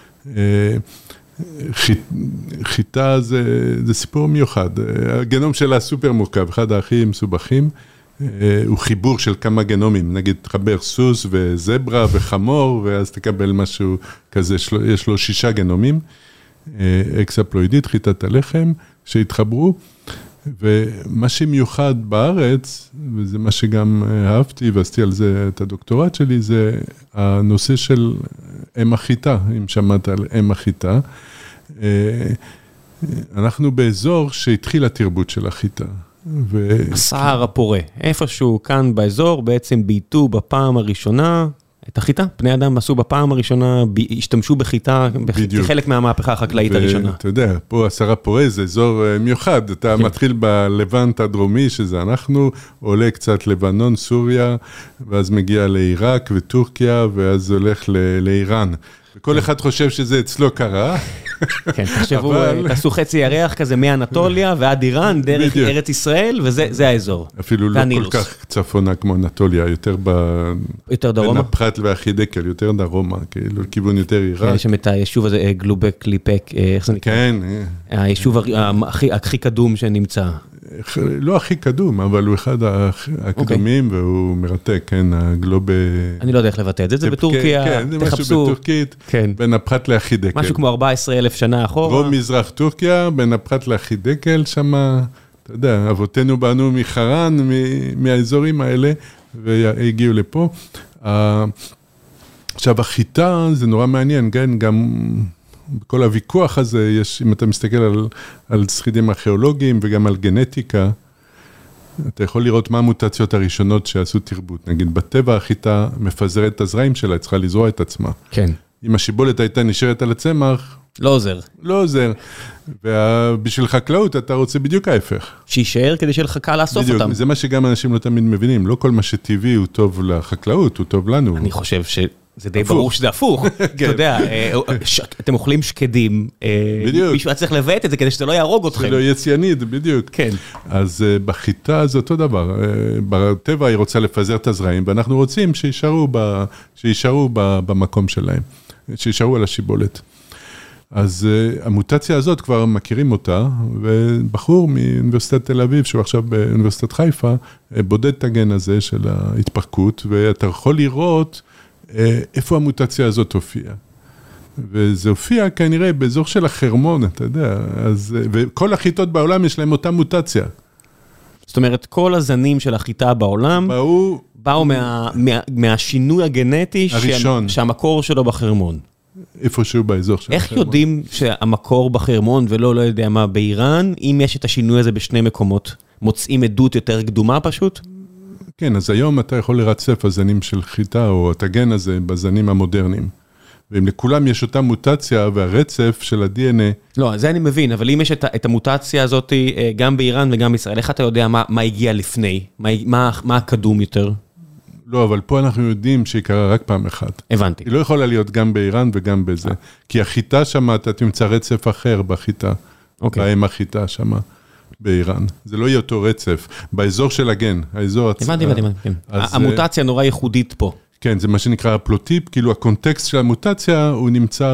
חיטה זה סיפור מיוחד, הגנום שלה סופר מורכב, אחד הכי מסובכים, הוא חיבור של כמה גנומים, נגיד תחבר סוס וזברה וחמור, ואז תקבל משהו כזה, יש לו 6 גנומים, אקספלואידית, חיטת הלחם, שהתחברו, ומה שמיוחד בארץ, וזה מה שגם אהבתי, ועשיתי על זה את הדוקטורט שלי, זה הנושא של אם החיטה, אם שמעת על אם החיטה. אנחנו באזור שהתחיל התרבות של החיטה. הסהר הפורה, איפשהו כאן באזור, בעצם ביטו בפעם הראשונה את החיטה. בני אדם עשו בפעם הראשונה, השתמשו בחיטה כחלק מהמהפכה החקלאית הראשונה. אתה יודע, פה הסהר הפורה זה אזור מיוחד, אתה מתחיל בלבנט הדרומי, שזה אנחנו, עולה קצת לבנון, סוריה, ואז מגיע לעיראק וטורקיה, ואז הולך לאיראן. וכל אחד חושב שזה אצלו קרה. כן, תחשבו, תעשו חצי ירח כזה מאנטוליה ועד איראן, דרך ארץ ישראל, וזה האזור. אפילו לא כל כך צפונה כמו אנטוליה, יותר דרומה? בין הפרת והחידקל, יותר דרומה, כאילו, כיוון יותר עיראק. יש שם את היישוב הזה, גלובק, ליפק, איך זה נקרא? כן. היישוב הכי קדום שנמצא. לא הכי קדום, אבל הוא אחד הקדומים, והוא מרתק, כן, הגלוב... אני לא יודע איך לבטא את זה, זה בטורקיה, כן, זה משהו בטורקית, בין הפרת להחידקל. משהו כמו 14,000 שנה אחורה. דרום מזרח טורקיה, בין הפרת להחידקל, שמה, אתה יודע, אבותינו באנו מחרן, מהאזורים האלה, והגיעו לפה. עכשיו, החיטה זה נורא מעניין, כן, גם... בכל הוויכוח הזה, יש, אם אתה מסתכל על שרידים ארכיאולוגיים וגם על גנטיקה, אתה יכול לראות מה המוטציות הראשונות שעשו תרבות. נגיד, בטבע החיטה מפזרת את הזרעים שלה, היא צריכה לזרוע את עצמה. כן. אם השיבולת הייתה נשארת על הצמח... לא עוזר. לא עוזר. ובשביל חקלאות אתה רוצה בדיוק ההפך. שישאר כדי שיהיה לך קל לאסוף בדיוק, אותם. זה מה שגם אנשים לא תמיד מבינים. לא כל מה שטבעי הוא טוב לחקלאות, הוא טוב לנו. אני חושב זה די ברור שזה הפוך. אתה יודע, אתם אוכלים שקדים, מישהו צריך לבית את זה כדי שזה לא יהרוג אתכם. זה לא יהיה ציאניד, בדיוק. כן. אז בחיטה זה אותו דבר. בטבע היא רוצה לפזר את הזרעים, ואנחנו רוצים שישארו במקום שלהם, שישארו על השיבולת. אז המוטציה הזאת כבר מכירים אותה, ובחור מאוניברסיטת תל אביב, שהוא עכשיו באוניברסיטת חיפה, בודד את הגן הזה של ההתפרקות, ואתה יכול לראות איפה המוטציה הזאת הופיעה. וזה הופיע כנראה באזור של החרמון, אתה יודע, וכל החיטות בעולם יש להם אותה מוטציה. זאת אומרת, כל הזנים של החיטה בעולם באו מהשינוי הגנטי שהמקור שלו בחרמון. איפשהו באזור של איך החרמון. יודעים שהמקור בחרמון ולא יודע מה באיראן, אם יש את השינוי הזה בשני מקומות, מוצאים עדות יותר קדומה פשוט? כן, אז היום אתה יכול לרצף הזנים של חיטה או את הגן הזה בזנים המודרניים. ואם לכולם יש אותה מוטציה והרצף של ה-DNA... לא, זה אני מבין, אבל אם יש את המוטציה הזאת גם באיראן וגם בישראל, איך אתה יודע מה הגיע לפני? מה הקדום יותר? לא, אבל פה אנחנו יודעים שהיא קרה רק פעם אחת. הבנתי. היא לא יכולה להיות גם באיראן וגם בזה. כי החיטה שמה, אתה תמצא רצף אחר בחיטה. בהם החיטה שמה, באיראן. זה לא יהיה אותו רצף. באזור של הגן, האזור... הבנתי. המוטציה נורא ייחודית פה. כן, זה מה שנקרא הפלוטיפ, כאילו הקונטקסט של המוטציה, הוא נמצא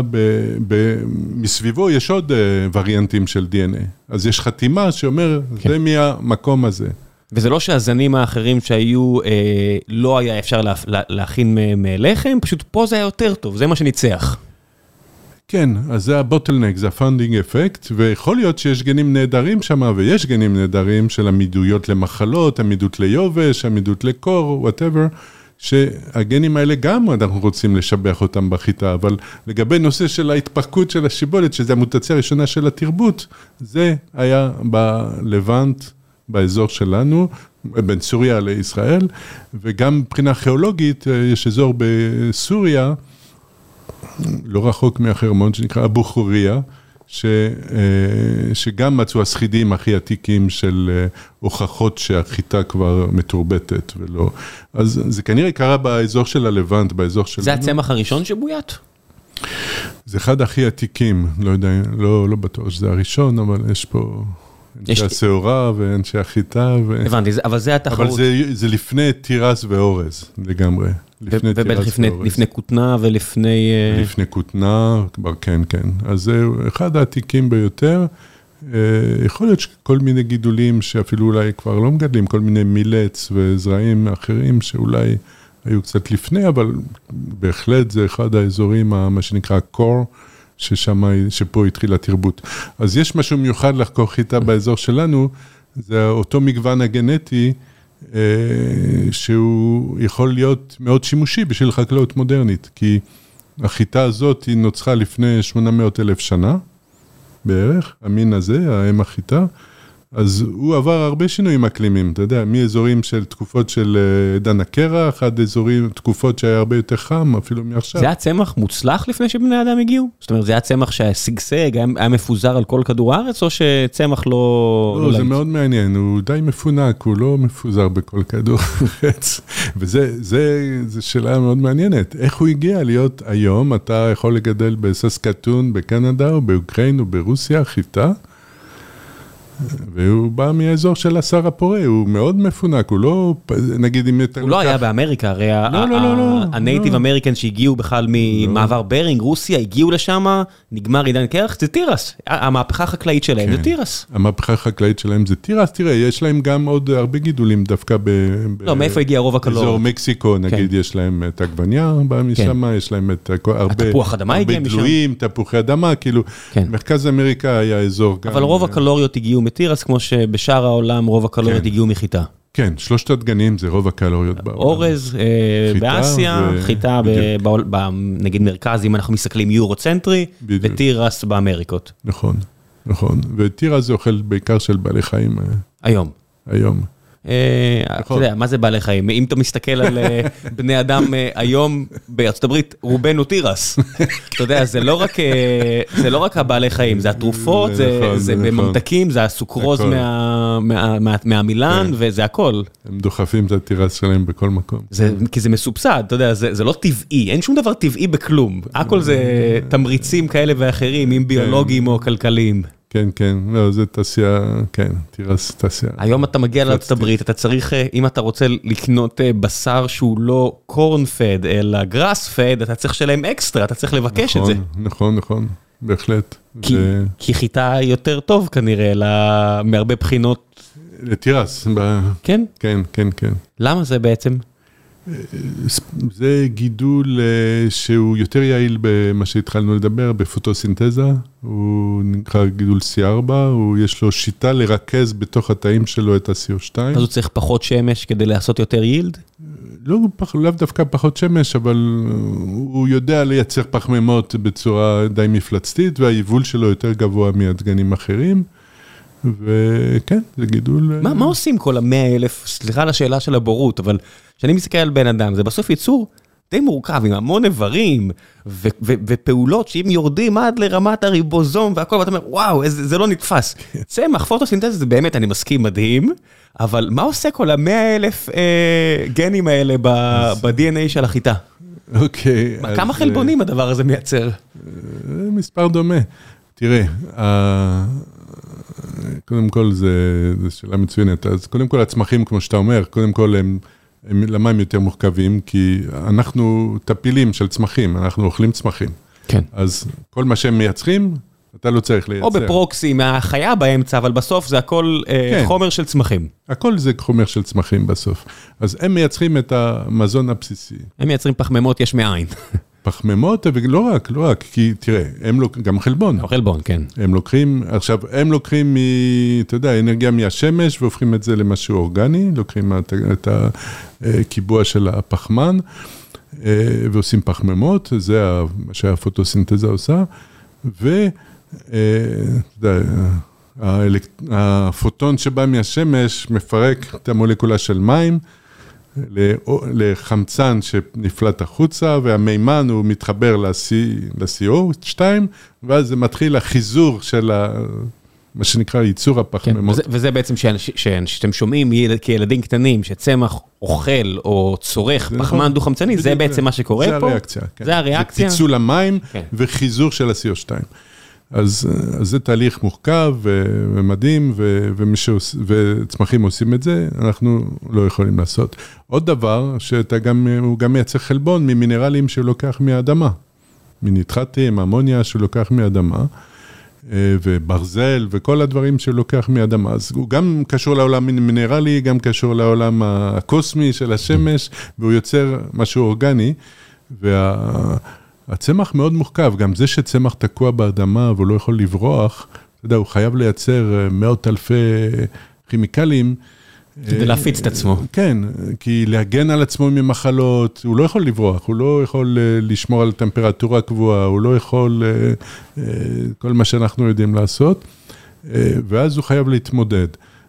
מסביבו, יש עוד וריאנטים של DNA. אז יש חתימה שאומר, זה מהמקום הזה. וזה לא שהזנים האחרים שהיו, לא היה אפשר להכין מלחם, פשוט פה זה היה יותר טוב, זה מה שניצח. כן, אז זה הבוטלנק, זה הפאונדינג אפקט, ויכול להיות שיש גנים נהדרים שם, ויש גנים נהדרים של עמידויות למחלות, עמידות ליובש, עמידות לקור, whatever, שהגנים האלה גם אנחנו רוצים לשבח אותם בחיטה, אבל לגבי נושא של ההתפרקות של השיבולת, שזה המוטציה הראשונה של התרבות, זה היה בלבנט, באזור שלנו, בין סוריה לישראל, וגם מבחינה גיאולוגית, יש אזור בסוריה, לא רחוק מהחרמון, שנקרא אבו חוריה, שגם מצאו השחידים הכי עתיקים של הוכחות שהחיטה כבר מתורבתת ולא. אז זה כנראה קרה באזור של הלבנט, באזור שלנו. זה הצמח הראשון שבוית? זה אחד הכי עתיקים, לא יודע, לא בטוח שזה הראשון, אבל יש פה אנשי השעורה ואנשי החיטה. הבנתי, אבל זה התחרות. אבל זה לפני תירס ואורז, לגמרי. ובטח לפני כותנה ולפני... לפני כותנה, כבר כן. אז זה אחד העתיקים ביותר. יכול להיות שכל מיני גידולים שאפילו אולי כבר לא מגדלים, כל מיני מילץ וזרעים אחרים שאולי היו קצת לפני, אבל בהחלט זה אחד האזורים, מה שנקרא קור, שפה התחילה תרבות. אז יש משהו מיוחד לחקור חיטה באזור שלנו, זה אותו מגוון הגנטי, שהוא יכול להיות מאוד שימושי בשביל חקלאות מודרנית, כי החיטה הזאת היא נוצרה לפני 800,000 שנה, בערך, המין הזה, האם החיטה, אז הוא עבר הרבה שינויים אקלימיים, אתה יודע, מאזורים של תקופות של עידן הקרח, עד אזורים, תקופות שהיה הרבה יותר חם, אפילו מעכשיו. זה היה צמח מוצלח לפני שבני האדם הגיעו? זאת אומרת, זה היה צמח שהשגשג, היה מפוזר על כל כדור הארץ, או שצמח לא... לא, זה מאוד מעניין, הוא די מפונק, הוא לא מפוזר בכל כדור הארץ, וזה שאלה מאוד מעניינת. איך הוא הגיע להיות היום, אתה יכול לגדל בססקטון, בקנדה, או באוקראין, או ברוסיה, חיטה, והוא בא מהאזור של השר הפורה, הוא מאוד מפונק, הוא לא, נגיד אם אתה... הוא לא היה באמריקה, הרי הנייטיב אמריקן שהגיעו בכלל ממעבר ברינג, רוסיה, הגיעו לשם, נגמר עידן קרח, זה תירס, המהפכה החקלאית שלהם זה תירס. המהפכה החקלאית שלהם זה תירס, תראה, יש להם גם עוד הרבה גידולים דווקא לא, מאיפה הגיע רוב הקלוריות? באזור מקסיקו, נגיד, יש להם את הגווניה, בא משם, יש להם את הרבה דלויים, תפוחי אדמה, כאילו, מרכז אמריקה היה אזור גם... אבל רוב הקלוריות הגיעו מתירס, כמו שבשאר העולם רוב הקלוריות הגיעו מחיטה. כן, 3 הדגנים זה רוב הקלוריות בעולם. אורז באסיה, חיטה נגיד מרכז, אם אנחנו מסתכלים יורוצנטרי, ותירס באמריקות. נכון. ותירס זה אוכל בעיקר של בעלי חיים. היום. אתה יודע, מה זה בעלי חיים? אם אתה מסתכל על בני אדם היום בארצות הברית, רובנו תירס. אתה יודע, זה לא רק הבעלי חיים, זה התרופות, זה בממתקים, זה הסוכרוז מהמילן, וזה הכל. הם דוחפים את התירס שלהם בכל מקום. כי זה מסובסד, אתה יודע, זה לא טבעי, אין שום דבר טבעי בכלום. הכל זה תמריצים כאלה ואחרים, אם ביולוגיים או כלכליים. כן, כן, לא, זה תעשייה, כן, תירס תעשייה. היום אתה מגיע לארצות הברית, אתה צריך, אם אתה רוצה לקנות בשר שהוא לא קורנפד, אלא גראס-פד, אתה צריך שלהם אקסטרה, אתה צריך לבקש את זה. נכון, נכון, בהחלט. כי חיטה יותר טוב כנראה, מהרבה בחינות. לתירס. כן? כן, כן, כן. למה זה בעצם? זה גידול שהוא יותר יעיל במה שהתחלנו לדבר, בפוטוסינתזה, הוא נקרא גידול C4, יש לו שיטה לרכז בתוך התאים שלו את ה-CO2. אז הוא צריך פחות שמש כדי לעשות יותר יילד? לאו דווקא פחות שמש, אבל הוא יודע לייצר פחמימות בצורה די מפלצתית, והיבול שלו יותר גבוה מהדגנים אחרים. וכן, זה גידול... מה עושים כל 100,000, סליחה על השאלה של הבורות, אבל כשאני מסתכל על בן אדם, זה בסוף ייצור די מורכב, עם המון איברים, ופעולות שאם יורדים עד לרמת הריבוזום והכל, ואתה אומר, וואו, זה לא נתפס. צמח, פוטוסינתזה זה באמת, אני מסכים, מדהים, אבל מה עושה כל 100,000 גנים האלה ב-DNA של החיטה? אוקיי. כמה חלבונים הדבר הזה מייצר? מספר דומה. תראה, קודם כל, זו שאלה מצוינת. אז קודם כל, הצמחים, כמו שאתה אומר, קודם כל, למה הם יותר מורכבים? כי אנחנו טפילים של צמחים, אנחנו אוכלים צמחים. כן. אז כל מה שהם מייצרים, אתה לא צריך לייצר. או בפרוקסי, מהחיה באמצע, אבל בסוף זה הכל חומר של צמחים. הכל זה חומר של צמחים בסוף. אז הם מייצרים את המזון הבסיסי. הם מייצרים פחמימות יש מאין. פחמימות, ולא רק, כי תראה, הם גם חלבון. חלבון, כן. הם לוקחים, אתה יודע, אנרגיה מהשמש, והופכים את זה למשהו אורגני, לוקחים את הקיבוע של הפחמן, ועושים פחמימות, זה מה שהפוטוסינתזה עושה, והפוטון שבא מהשמש מפרק את המולקולה של מים, לחמצן שנפלט החוצה, והמימן הוא מתחבר ל-CO2, ואז זה מתחיל החיזור של מה שנקרא ייצור הפחמימות. וזה בעצם שאתם שומעים כילדים קטנים, שצמח אוכל או צורך פחמן דו-חמצני, זה בעצם מה שקורה פה? זה הריאקציה. זה הריאקציה? זה פיצול המים וחיזור של ה-CO2. אז זה תהליך מורכב ומדהים, וצמחים עושים את זה, אנחנו לא יכולים לעשות. עוד דבר, הוא גם מייצר חלבון ממינרלים שהוא לוקח מהאדמה, מניטרטים, אמוניה שהוא לוקח מהאדמה, וברזל וכל הדברים שהוא לוקח מהאדמה. אז הוא גם קשור לעולם מינרלי, גם קשור לעולם הקוסמי של השמש, והוא יוצר משהו אורגני, הצמח מאוד מורכב, גם זה שצמח תקוע באדמה והוא לא יכול לברוח, אתה יודע, הוא חייב לייצר מאות אלפי כימיקלים. כדי להפיץ את עצמו. כן, כי להגן על עצמו ממחלות, הוא לא יכול לברוח, הוא לא יכול לשמור על טמפרטורה קבועה, הוא לא יכול כל מה שאנחנו יודעים לעשות, ואז הוא חייב להתמודד.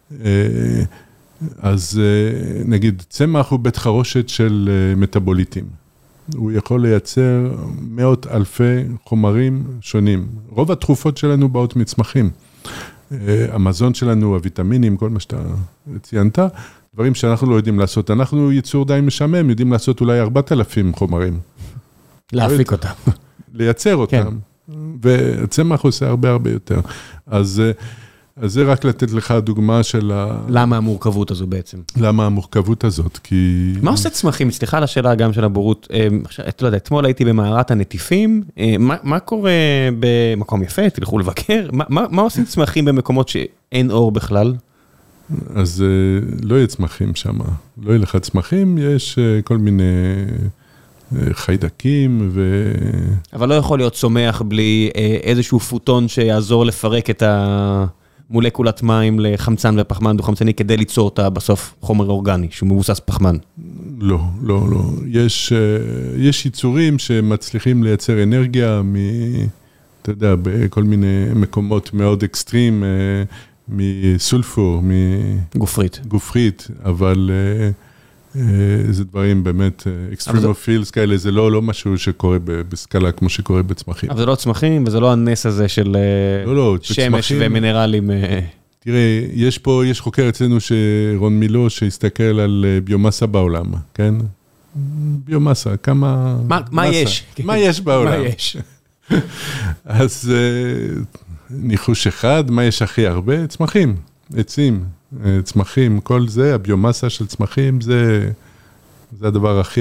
אז נגיד, צמח הוא בית חרושת של מטאבוליטים. הוא יכול לייצר מאות אלפי חומרים שונים. רוב התרופות שלנו באות מצמחים. המזון שלנו, הוויטמינים, כל מה שאתה ציינת, דברים שאנחנו לא יודעים לעשות. אנחנו ייצור די משמם, יודעים לעשות אולי 4,000 חומרים. להפיק אותם. לייצר אותם. והצמח עושה הרבה יותר. אז זה רק לתת לך דוגמה של למה המורכבות הזו בעצם? למה המורכבות הזאת? כי... מה עושה צמחים? סליחה על השאלה גם של הבורות. אתה לא יודע, אתמול הייתי במערת הנטיפים. מה קורה במקום יפה? תלכו לבקר. מה עושים צמחים במקומות שאין אור בכלל? אז לא יהיה צמחים שם. לא יהיה לך צמחים, יש כל מיני חיידקים אבל לא יכול להיות צומח בלי איזשהו פוטון שיעזור לפרק את מולקולת מים לחמצן ופחמן דו-חמצני, כדי ליצור אותה בסוף חומר אורגני, שהוא מבוסס פחמן. לא. יש יצורים שמצליחים לייצר אנרגיה אתה יודע, בכל מיני מקומות מאוד אקסטרים, מסולפור, גופרית, אבל זה דברים באמת, אקסטרימופילס כאלה, זה לא משהו שקורה בסקאלה כמו שקורה בצמחים. אבל זה לא צמחים, וזה לא הנס הזה של שמש ומינרלים. תראה, יש חוקר אצלנו רון מילו, שהסתכל על ביומסה בעולם, כן? ביומסה, כמה... מה יש? מה יש בעולם? מה יש? אז ניחוש אחד, מה יש הכי הרבה? צמחים, עצים, צמחים, כל זה, הביומסה של צמחים, זה הדבר הכי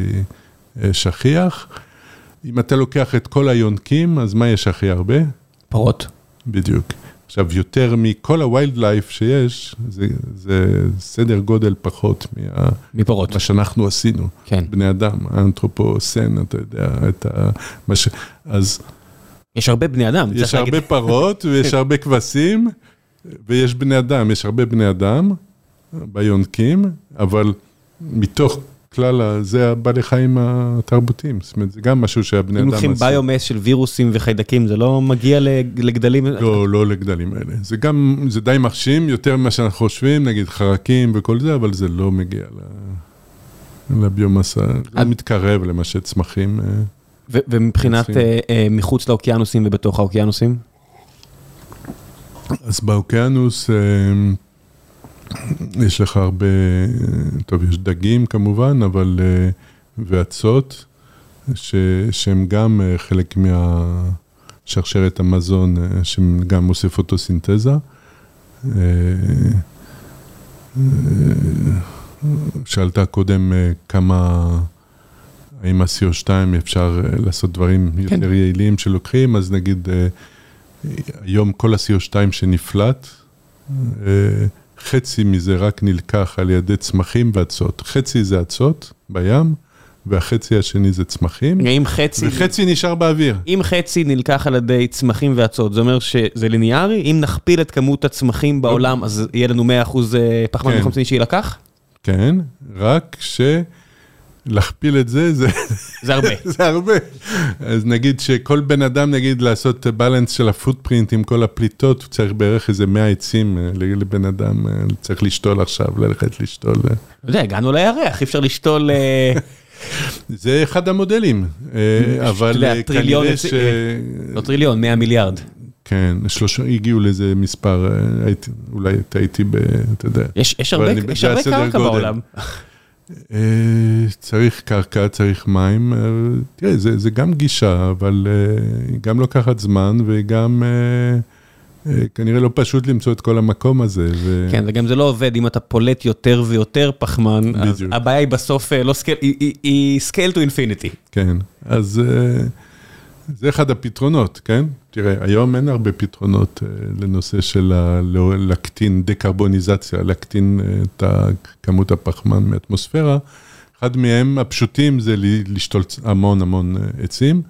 שכיח. אם אתה לוקח את כל היונקים, אז מה יש הכי הרבה? פרות. בדיוק. עכשיו, יותר מכל הווילד לייף שיש, זה סדר גודל פחות מפרות. מה שאנחנו עשינו. כן. בני אדם, האנתרופוסן, אתה יודע, אז... יש הרבה בני אדם. יש הרבה פרות, ויש הרבה כבשים, ויש בני אדם, יש הרבה בני אדם ביונקים, אבל מתוך כלל, זה הבעלי חיים התרבותיים, זאת אומרת, זה גם משהו שהבני אדם... אם לוקחים ביומס של וירוסים וחיידקים, זה לא מגיע לגדלים? לא לגדלים האלה. זה די מרשים, יותר ממה שאנחנו חושבים, נגיד חרקים וכל זה, אבל זה לא מגיע לביומסה, לא מתקרב למה שצמחים... ומבחינת מחוץ לאוקיינוסים ובתוך האוקיינוסים? אז באוקיינוס יש לך הרבה, טוב, יש דגים כמובן, אבל, ועצות, שהם גם חלק מהשרשרת המזון, שהם גם עושה פוטוסינתזה. שאלת קודם כמה... האם ה-CO2 אפשר לעשות דברים יותר יעילים שלוקחים, אז נגיד, היום כל ה-CO2 שנפלט, חצי מזה רק נלקח על ידי צמחים ועצות. חצי זה עצות בים, והחצי השני זה צמחים, וחצי נשאר באוויר. אם חצי נלקח על ידי צמחים ועצות, זה אומר שזה ליניארי? אם נכפיל את כמות הצמחים בעולם, אז יהיה לנו 100% פחמן דו-חמצני שילקח? כן, רק להכפיל את זה, זה הרבה. זה הרבה. אז נגיד שכל בן אדם, נגיד, לעשות בלנס של הפוטפרינט עם כל הפליטות, הוא צריך בערך איזה 100 עצים לבן אדם, צריך לשתול עכשיו, ללכת לשתול. אתה יודע, הגענו לירח, אי אפשר לשתול... זה אחד המודלים, אבל כנראה ש... לא טריליון, 100 מיליארד. כן, הגיעו לאיזה מספר, אולי הייתי אתה יודע. יש הרבה קרקע בעולם. צריך קרקע, צריך מים, תראה, זה גם גישה, אבל גם לוקחת זמן, וגם כנראה לא פשוט למצוא את כל המקום הזה. כן, וגם זה לא עובד, אם אתה פולט יותר ויותר פחמן, אז הבעיה היא בסוף, היא scale to infinity. כן, אז זה אחד הפתרונות, כן? תראה, היום אין הרבה פתרונות לנושא של להקטין דקרבוניזציה, להקטין את כמות הפחמן מהאטמוספירה. אחד מהם הפשוטים זה לשתול המון עצים.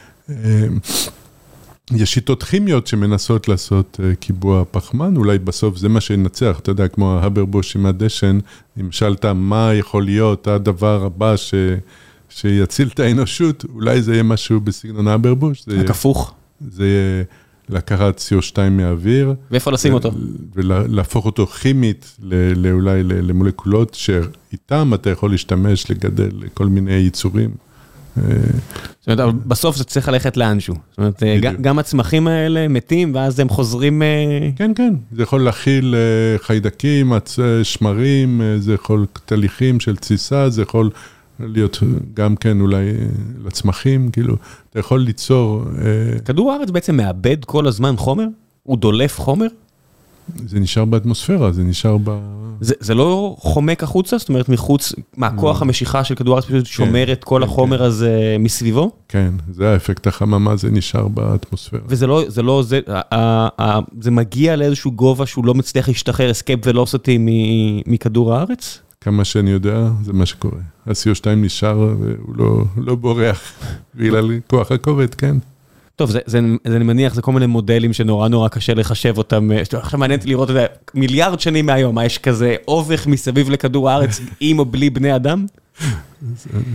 יש שיטות כימיות שמנסות לעשות קיבוע פחמן, אולי בסוף זה מה שינצח, אתה יודע, כמו ההברבוש עם הדשן, אם שאלת מה יכול להיות הדבר הבא שיציל את האנושות, אולי זה יהיה משהו בסגנון ההברבוש. רק הפוך. זה יהיה לקחת CO2 מהאוויר. ואיפה לשים אותו? ולהפוך אותו כימית, אולי למולקולות, שאיתם אתה יכול להשתמש, לגדל כל מיני ייצורים. זאת אומרת, אבל בסוף זה צריך ללכת לאנשהו. זאת אומרת, גם הצמחים האלה מתים, ואז הם חוזרים... כן, זה יכול להכיל חיידקים, שמרים, זה יכול תהליכים של תסיסה, זה יכול... להיות גם כן אולי לצמחים, כאילו, אתה יכול ליצור... כדור הארץ בעצם מאבד כל הזמן חומר? הוא דולף חומר? זה נשאר באטמוספירה, זה נשאר ב... זה לא חומק החוצה? זאת אומרת, מחוץ, כוח המשיכה של כדור הארץ פשוט שומר את כל החומר הזה מסביבו? כן, זה האפקט החממה, זה נשאר באטמוספירה. וזה לא, זה מגיע לאיזשהו גובה שהוא לא מצליח להשתחרר, אסקייפ ולוסיטי מכדור הארץ? כמה שאני יודע, זה מה שקורה. ה-CO2 נשאר והוא לא בורח, בגלל כוח הכובד, כן. טוב, אני מניח, זה כל מיני מודלים שנורא קשה לחשב אותם. עכשיו מעניין לראות את זה, מיליארד שנים מהיום, מה יש כזה אובך מסביב לכדור הארץ, עם או בלי בני אדם?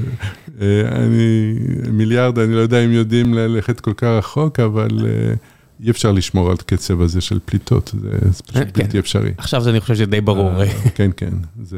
מיליארד, אני לא יודע אם יודעים ללכת כל כך רחוק, אבל אי אפשר לשמור על קצב הזה של פליטות, זה פשוט בלתי אפשרי. עכשיו זה אני חושב שזה די ברור. כן, כן.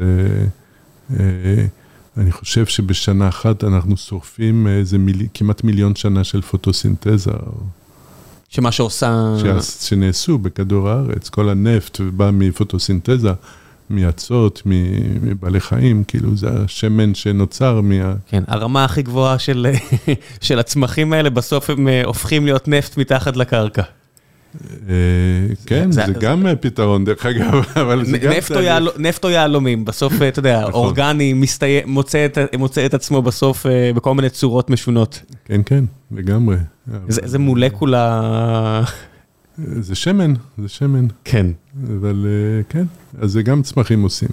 אני חושב שבשנה אחת אנחנו שורפים כמעט מיליון שנה של פוטוסינתזה. שמה שעושה... שנעשו בכדור הארץ, כל הנפט בא מפוטוסינתזה, מעצות, מבעלי חיים, כאילו זה השמן שנוצר כן, הרמה הכי גבוהה של הצמחים האלה, בסוף הם הופכים להיות נפט מתחת לקרקע. כן, זה גם פתרון דרך אגב, אבל זה גם... נפט או יהלומים, בסוף, אתה יודע, אורגני מוצא את עצמו בסוף בכל מיני צורות משונות. כן, כן, לגמרי. זה מולקולה... זה שמן, זה שמן. כן. אבל כן, אז זה גם צמחים עושים.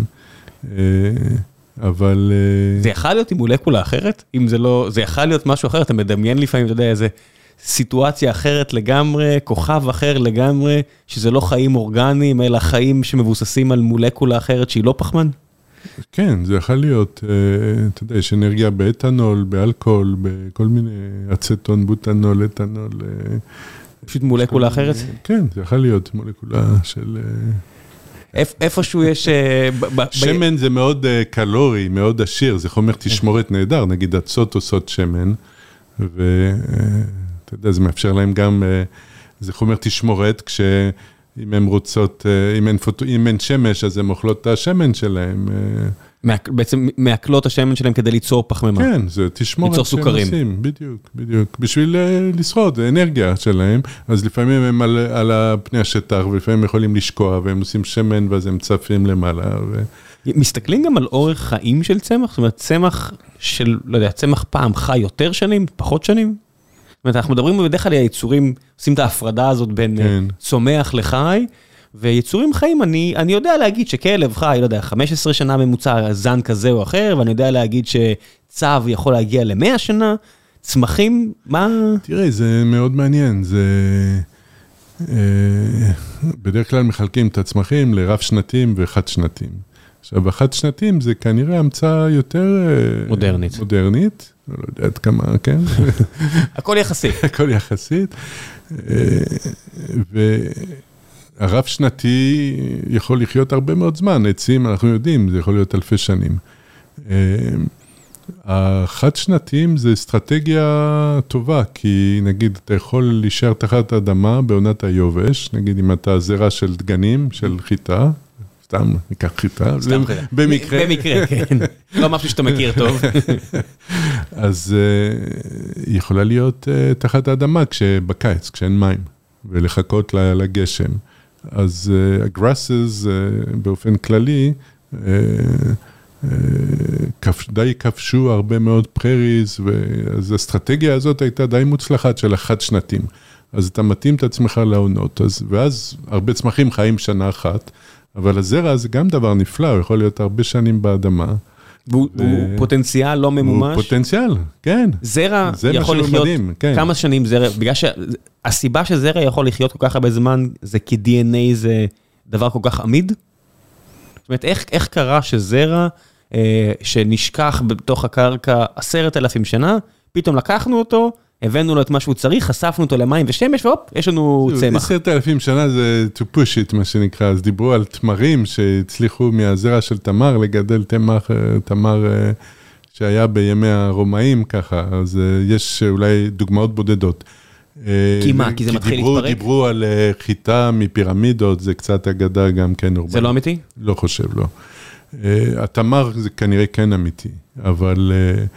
אבל... זה יכול להיות עם מולקולה אחרת? אם זה לא... זה יכול להיות משהו אחר, אתה מדמיין לפעמים, אתה יודע, איזה סיטואציה אחרת לגמרי, כוכב אחר לגמרי, שזה לא חיים אורגניים, אלא חיים שמבוססים על מולקולה אחרת שהיא לא פחמן? כן, זה יכול להיות, אתה יודע, יש אנרגיה באתנול, באלכוהול, בכל מיני אצטון, בוטנול, אתנול... פשוט מולקולה אחרת? כן, זה יכול להיות מולקולה של... איפשהו יש... שמן זה מאוד קלורי, מאוד עשיר, זה חומר תשמורת נהדר, נגיד אצות עושות שמן, ואתה יודע, זה מאפשר להם גם, זה חומר תשמורת, כשאם הן רוצות, אם אין שמש, אז הן אוכלות את השמן שלהם. בעצם מעכלות השמן שלהם כדי ליצור פחמימה. כן, זה תשמורת ליצור סוכרים. עושים, בדיוק, בדיוק. בשביל לשרוד, האנרגיה שלהם, אז לפעמים הם על פני השטח, ולפעמים יכולים לשקוע, והם עושים שמן, ואז הם צפים למעלה. מסתכלים גם על אורך חיים של צמח? זאת אומרת, צמח של, לא יודע, צמח פעם חי יותר שנים, פחות שנים? זאת אומרת, אנחנו מדברים בדרך כלל על היצורים, עושים את ההפרדה הזאת בין צומח לחי, ויצורים חיים, אני יודע להגיד שכלב חי, לא יודע, 15 שנה ממוצע, זן כזה או אחר, ואני יודע להגיד שצב יכול להגיע ל100 שנה, צמחים, מה? תראה, זה מאוד מעניין, זה... בדרך כלל מחלקים את הצמחים לרב שנתיים וחד שנתיים. עכשיו, החד שנתיים זה כנראה המצאה יותר... מודרנית. מודרנית, לא יודע עד כמה, כן? הכל יחסי. הכל יחסית. הרב שנתי יכול לחיות הרבה מאוד זמן, עצים, אנחנו יודעים, זה יכול להיות אלפי שנים. החד שנתיים זה אסטרטגיה טובה, כי נגיד אתה יכול להישאר תחת האדמה בעונת היובש, נגיד אם אתה זרע של דגנים, של חיטה, סתם ניקח חיטה, במקרה. במקרה, כן. לא משהו שאתה מכיר טוב. אז היא יכולה להיות תחת האדמה בקיץ, כשאין מים, ולחכות לגשם. אז הגרסס באופן כללי די כבשו הרבה מאוד פרריז, אז האסטרטגיה הזאת הייתה די מוצלחת של החד שנתיים. אז אתה מתאים את עצמך לעונות, ואז הרבה צמחים חיים שנה אחת, אבל הזרע זה גם דבר נפלא, הוא יכול להיות הרבה שנים באדמה. והוא פוטנציאל לא ממומש? הוא פוטנציאל, כן. זרע יכול לחיות כמה שנים זרע, בגלל שהסיבה שזרע יכול לחיות כל כך הרבה זמן, זה כי DNA זה דבר כל כך עמיד? זאת אומרת, איך קרה שזרע שנשכח בתוך הקרקע 10,000 שנה, פתאום לקחנו אותו, הבאנו לו את מה שהוא צריך, חשפנו אותו למים ושמש, והופ, יש לנו צמח. 10,000 שנה זה to push it, מה שנקרא, אז דיברו על תמרים שהצליחו מהזרע של תמר לגדל תמר שהיה בימי הרומאים ככה, אז יש אולי דוגמאות בודדות. כי מה? כי זה מתחיל להתפרק? דיברו על חיטה מפירמידות, זה קצת אגדה גם כן. זה לא אמיתי? לא חושב, לא. התמר זה כנראה כן אמיתי, אבל...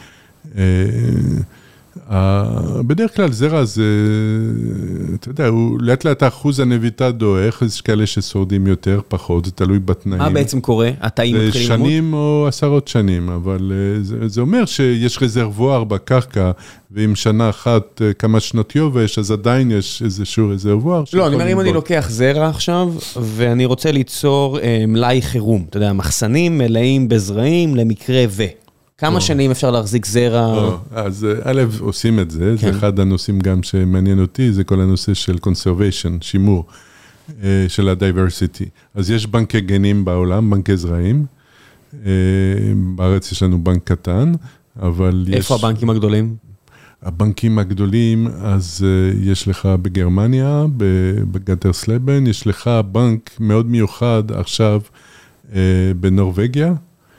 בדרך כלל זרע זה, אתה יודע, לאט לאט האחוז הנביטה דועך, יש כאלה ששורדים יותר, פחות, זה תלוי בתנאים. מה בעצם קורה? התאים מתחילים למות? שנים או 10 שנים, אבל זה אומר שיש רזרבואר בקרקע, ואם שנה אחת כמה שנות יובש, אז עדיין יש איזשהו רזרבואר. לא, אני אומר, אם אני לוקח זרע עכשיו, ואני רוצה ליצור מלאי חירום, אתה יודע, מחסנים מלאים בזרעים למקרה כמה שנים אפשר להחזיק זרע? אז א', עושים את זה, זה אחד הנושאים גם שמעניין אותי, זה כל הנושא של conservation, שימור של ה-diversity. אז יש בנקי גנים בעולם, בנקי זרעים, בארץ יש לנו בנק קטן, אבל יש... איפה הבנקים הגדולים? הבנקים הגדולים, אז יש לך בגרמניה, בגטרסלבן, יש לך בנק מאוד מיוחד עכשיו בנורווגיה,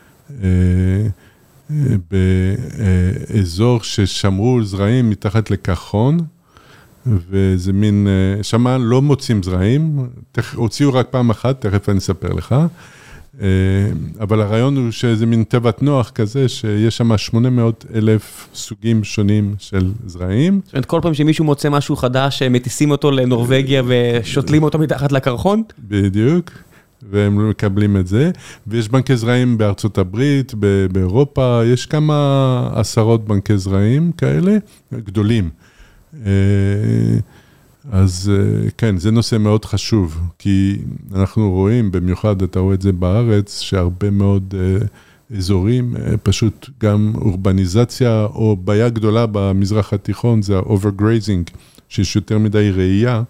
באזור ששמרו זרעים מתחת לקרחון, וזה מין, שמה לא מוצאים זרעים, הוציאו רק פעם אחת, תכף אני אספר לך, אבל הרעיון הוא שזה מין טבעת נוח כזה, שיש שם 800,000 סוגים שונים של זרעים. זאת אומרת, כל פעם שמישהו מוצא משהו חדש, מטיסים אותו לנורווגיה ושותלים אותו מתחת לקרחון? בדיוק, והם מקבלים את זה. ויש בנקי זרעים בארצות הברית, באירופה, יש כמה עשרות בנקי זרעים כאלה, גדולים. אז כן, זה נושא מאוד חשוב, כי אנחנו רואים, במיוחד אתה רואה את זה בארץ, שהרבה מאוד אזורים, פשוט גם אורבניזציה, או בעיה גדולה במזרח התיכון, זה ה-overgrazing, שיש יותר מדי ראייה,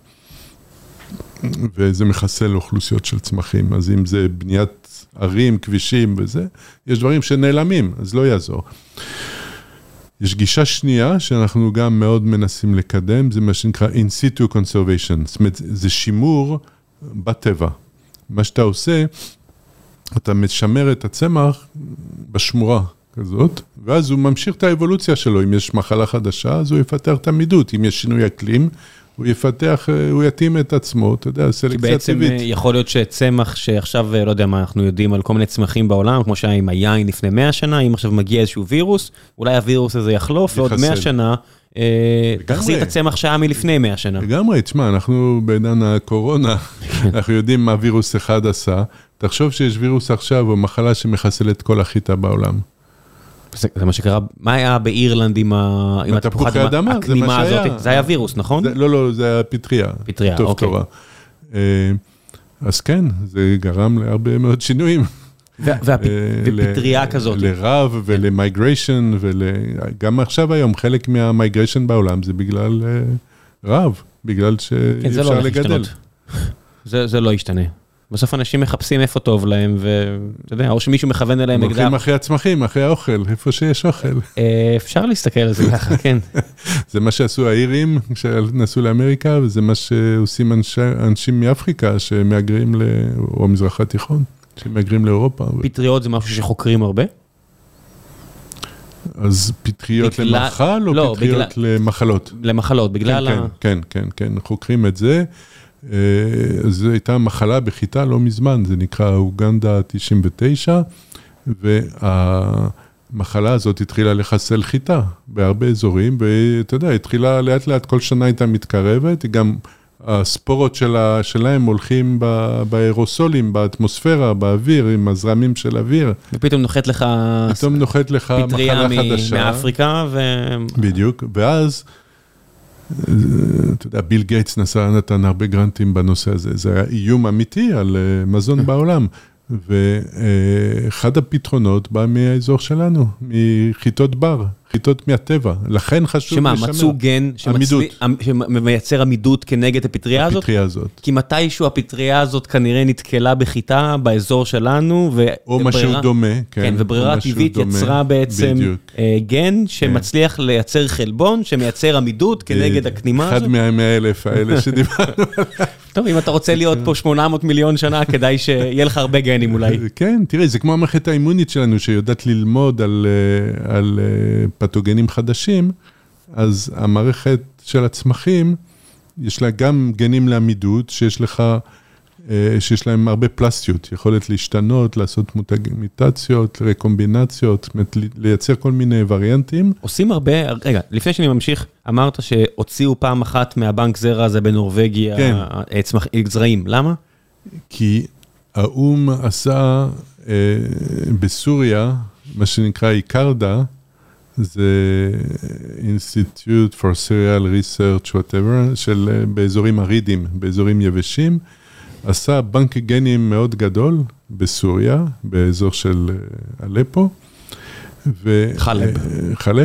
וזה מחסל אוכלוסיות של צמחים. אז אם זה בניית ערים, כבישים וזה, יש דברים שנעלמים, אז לא יעזור. יש גישה שנייה שאנחנו גם מאוד מנסים לקדם, זה מה שנקרא in situ conservation, זאת אומרת, זה שימור בטבע. מה שאתה עושה, אתה משמר את הצמח בשמורה כזאת, ואז הוא ממשיך את האבולוציה שלו. אם יש מחלה חדשה, אז הוא יפתח את עמידות. אם יש שינוי אקלים, הוא יפתח, הוא יתאים את עצמו, אתה יודע, סלקציה טבעית. כי בעצם יכול להיות שצמח שעכשיו, לא יודע מה, אנחנו יודעים על כל מיני צמחים בעולם, כמו שהיה עם היין לפני 100 שנה, אם עכשיו מגיע איזשהו וירוס, אולי הווירוס הזה יחלוף, ועוד 100 שנה, תחזיר את הצמח שהיה מלפני 100 שנה. לגמרי, תשמע, אנחנו בעידן הקורונה, אנחנו יודעים מה וירוס אחד עשה, תחשוב שיש וירוס עכשיו, או מחלה שמחסלת כל החיטה בעולם. זה מה שקרה, מה היה באירלנד עם התפוחי האדמה, זה מה שהיה. זה היה וירוס, נכון? לא, זה היה פטריה. פטריה, אוקיי. אז כן, זה גרם להרבה מאוד שינויים. ופטריה כזאת. לרב ולמייגריישן, וגם עכשיו היום, חלק מהמייגריישן בעולם זה בגלל רב, בגלל שאי אפשר לגדל. זה לא ישתנה. בסוף אנשים מחפשים איפה טוב להם, ואתה יודע, או שמישהו מכוון אליהם אקדח. הולכים אחרי הצמחים, אחרי האוכל, איפה שיש אוכל. אפשר להסתכל על זה ככה, כן. זה מה שעשו האירים, כשנסו לאמריקה, וזה מה שעושים אנשים מאפריקה, שמאגרים, או המזרח התיכון, שמאגרים לאירופה. פטריות זה משהו שחוקרים הרבה? אז פטריות למאכל, או פטריות למחלות? למחלות, בגלל כן, חוקרים את זה. זו הייתה מחלה בחיטה לא מזמן, זה נקרא אוגנדה 99, והמחלה הזאת התחילה לחסל חיטה בהרבה אזורים, ואתה יודע, התחילה לאט לאט, כל שנה הייתה מתקרבת, גם הספורות שלהם הולכים באירוסולים, באטמוספירה, באוויר, עם הזרמים של אוויר. ופתאום נוחת לך פטריה מאפריקה. בדיוק, ואז אתה יודע, ביל גייטס נתן הרבה גרנטים בנושא הזה, זה היה איום אמיתי על מזון בעולם, ואחד הפתרונות בא מהאזור שלנו, מחיטות בר, חיטות מהטבע, לכן חשוב לשמר. שמה, מצאו גן שמייצר עמידות כנגד הפטריה הזאת? הפטריה הזאת. כי מתישהו הפטריה הזאת כנראה נתקלה בחיטה באזור שלנו, או משהו דומה, כן, וברירה טבעית יצרה בעצם גן שמצליח לייצר חלבון, שמייצר עמידות כנגד הכנימה הזאת. אחד מה100,000 האלה שדיברנו עליו. טוב, אם אתה רוצה להיות פה 800 מיליון שנה, כדאי שיהיה לך הרבה גנים אולי. כן, תראי, זה כמו המערכת האימונית שלנו, שיודעת ללמוד על פתוגנים חדשים, אז המערכת של הצמחים, יש לה גם גנים לעמידות, שיש להם הרבה פלסטיות, יכולת להשתנות, לעשות מוטציות, רקומבינציות, לייצר כל מיני וריאנטים. עושים הרבה, רגע, לפני שאני ממשיך, אמרת שהוציאו פעם אחת מהבנק זרע הזה בנורווגיה, זרעים, למה? כי האום עשה בסוריה, מה שנקרא איקרדה, זה Institute for Cereal Research, whatever, באזורים ארידים, באזורים יבשים, עשה בנק גנים מאוד גדול בסוריה, באזור של אלפו, חלב,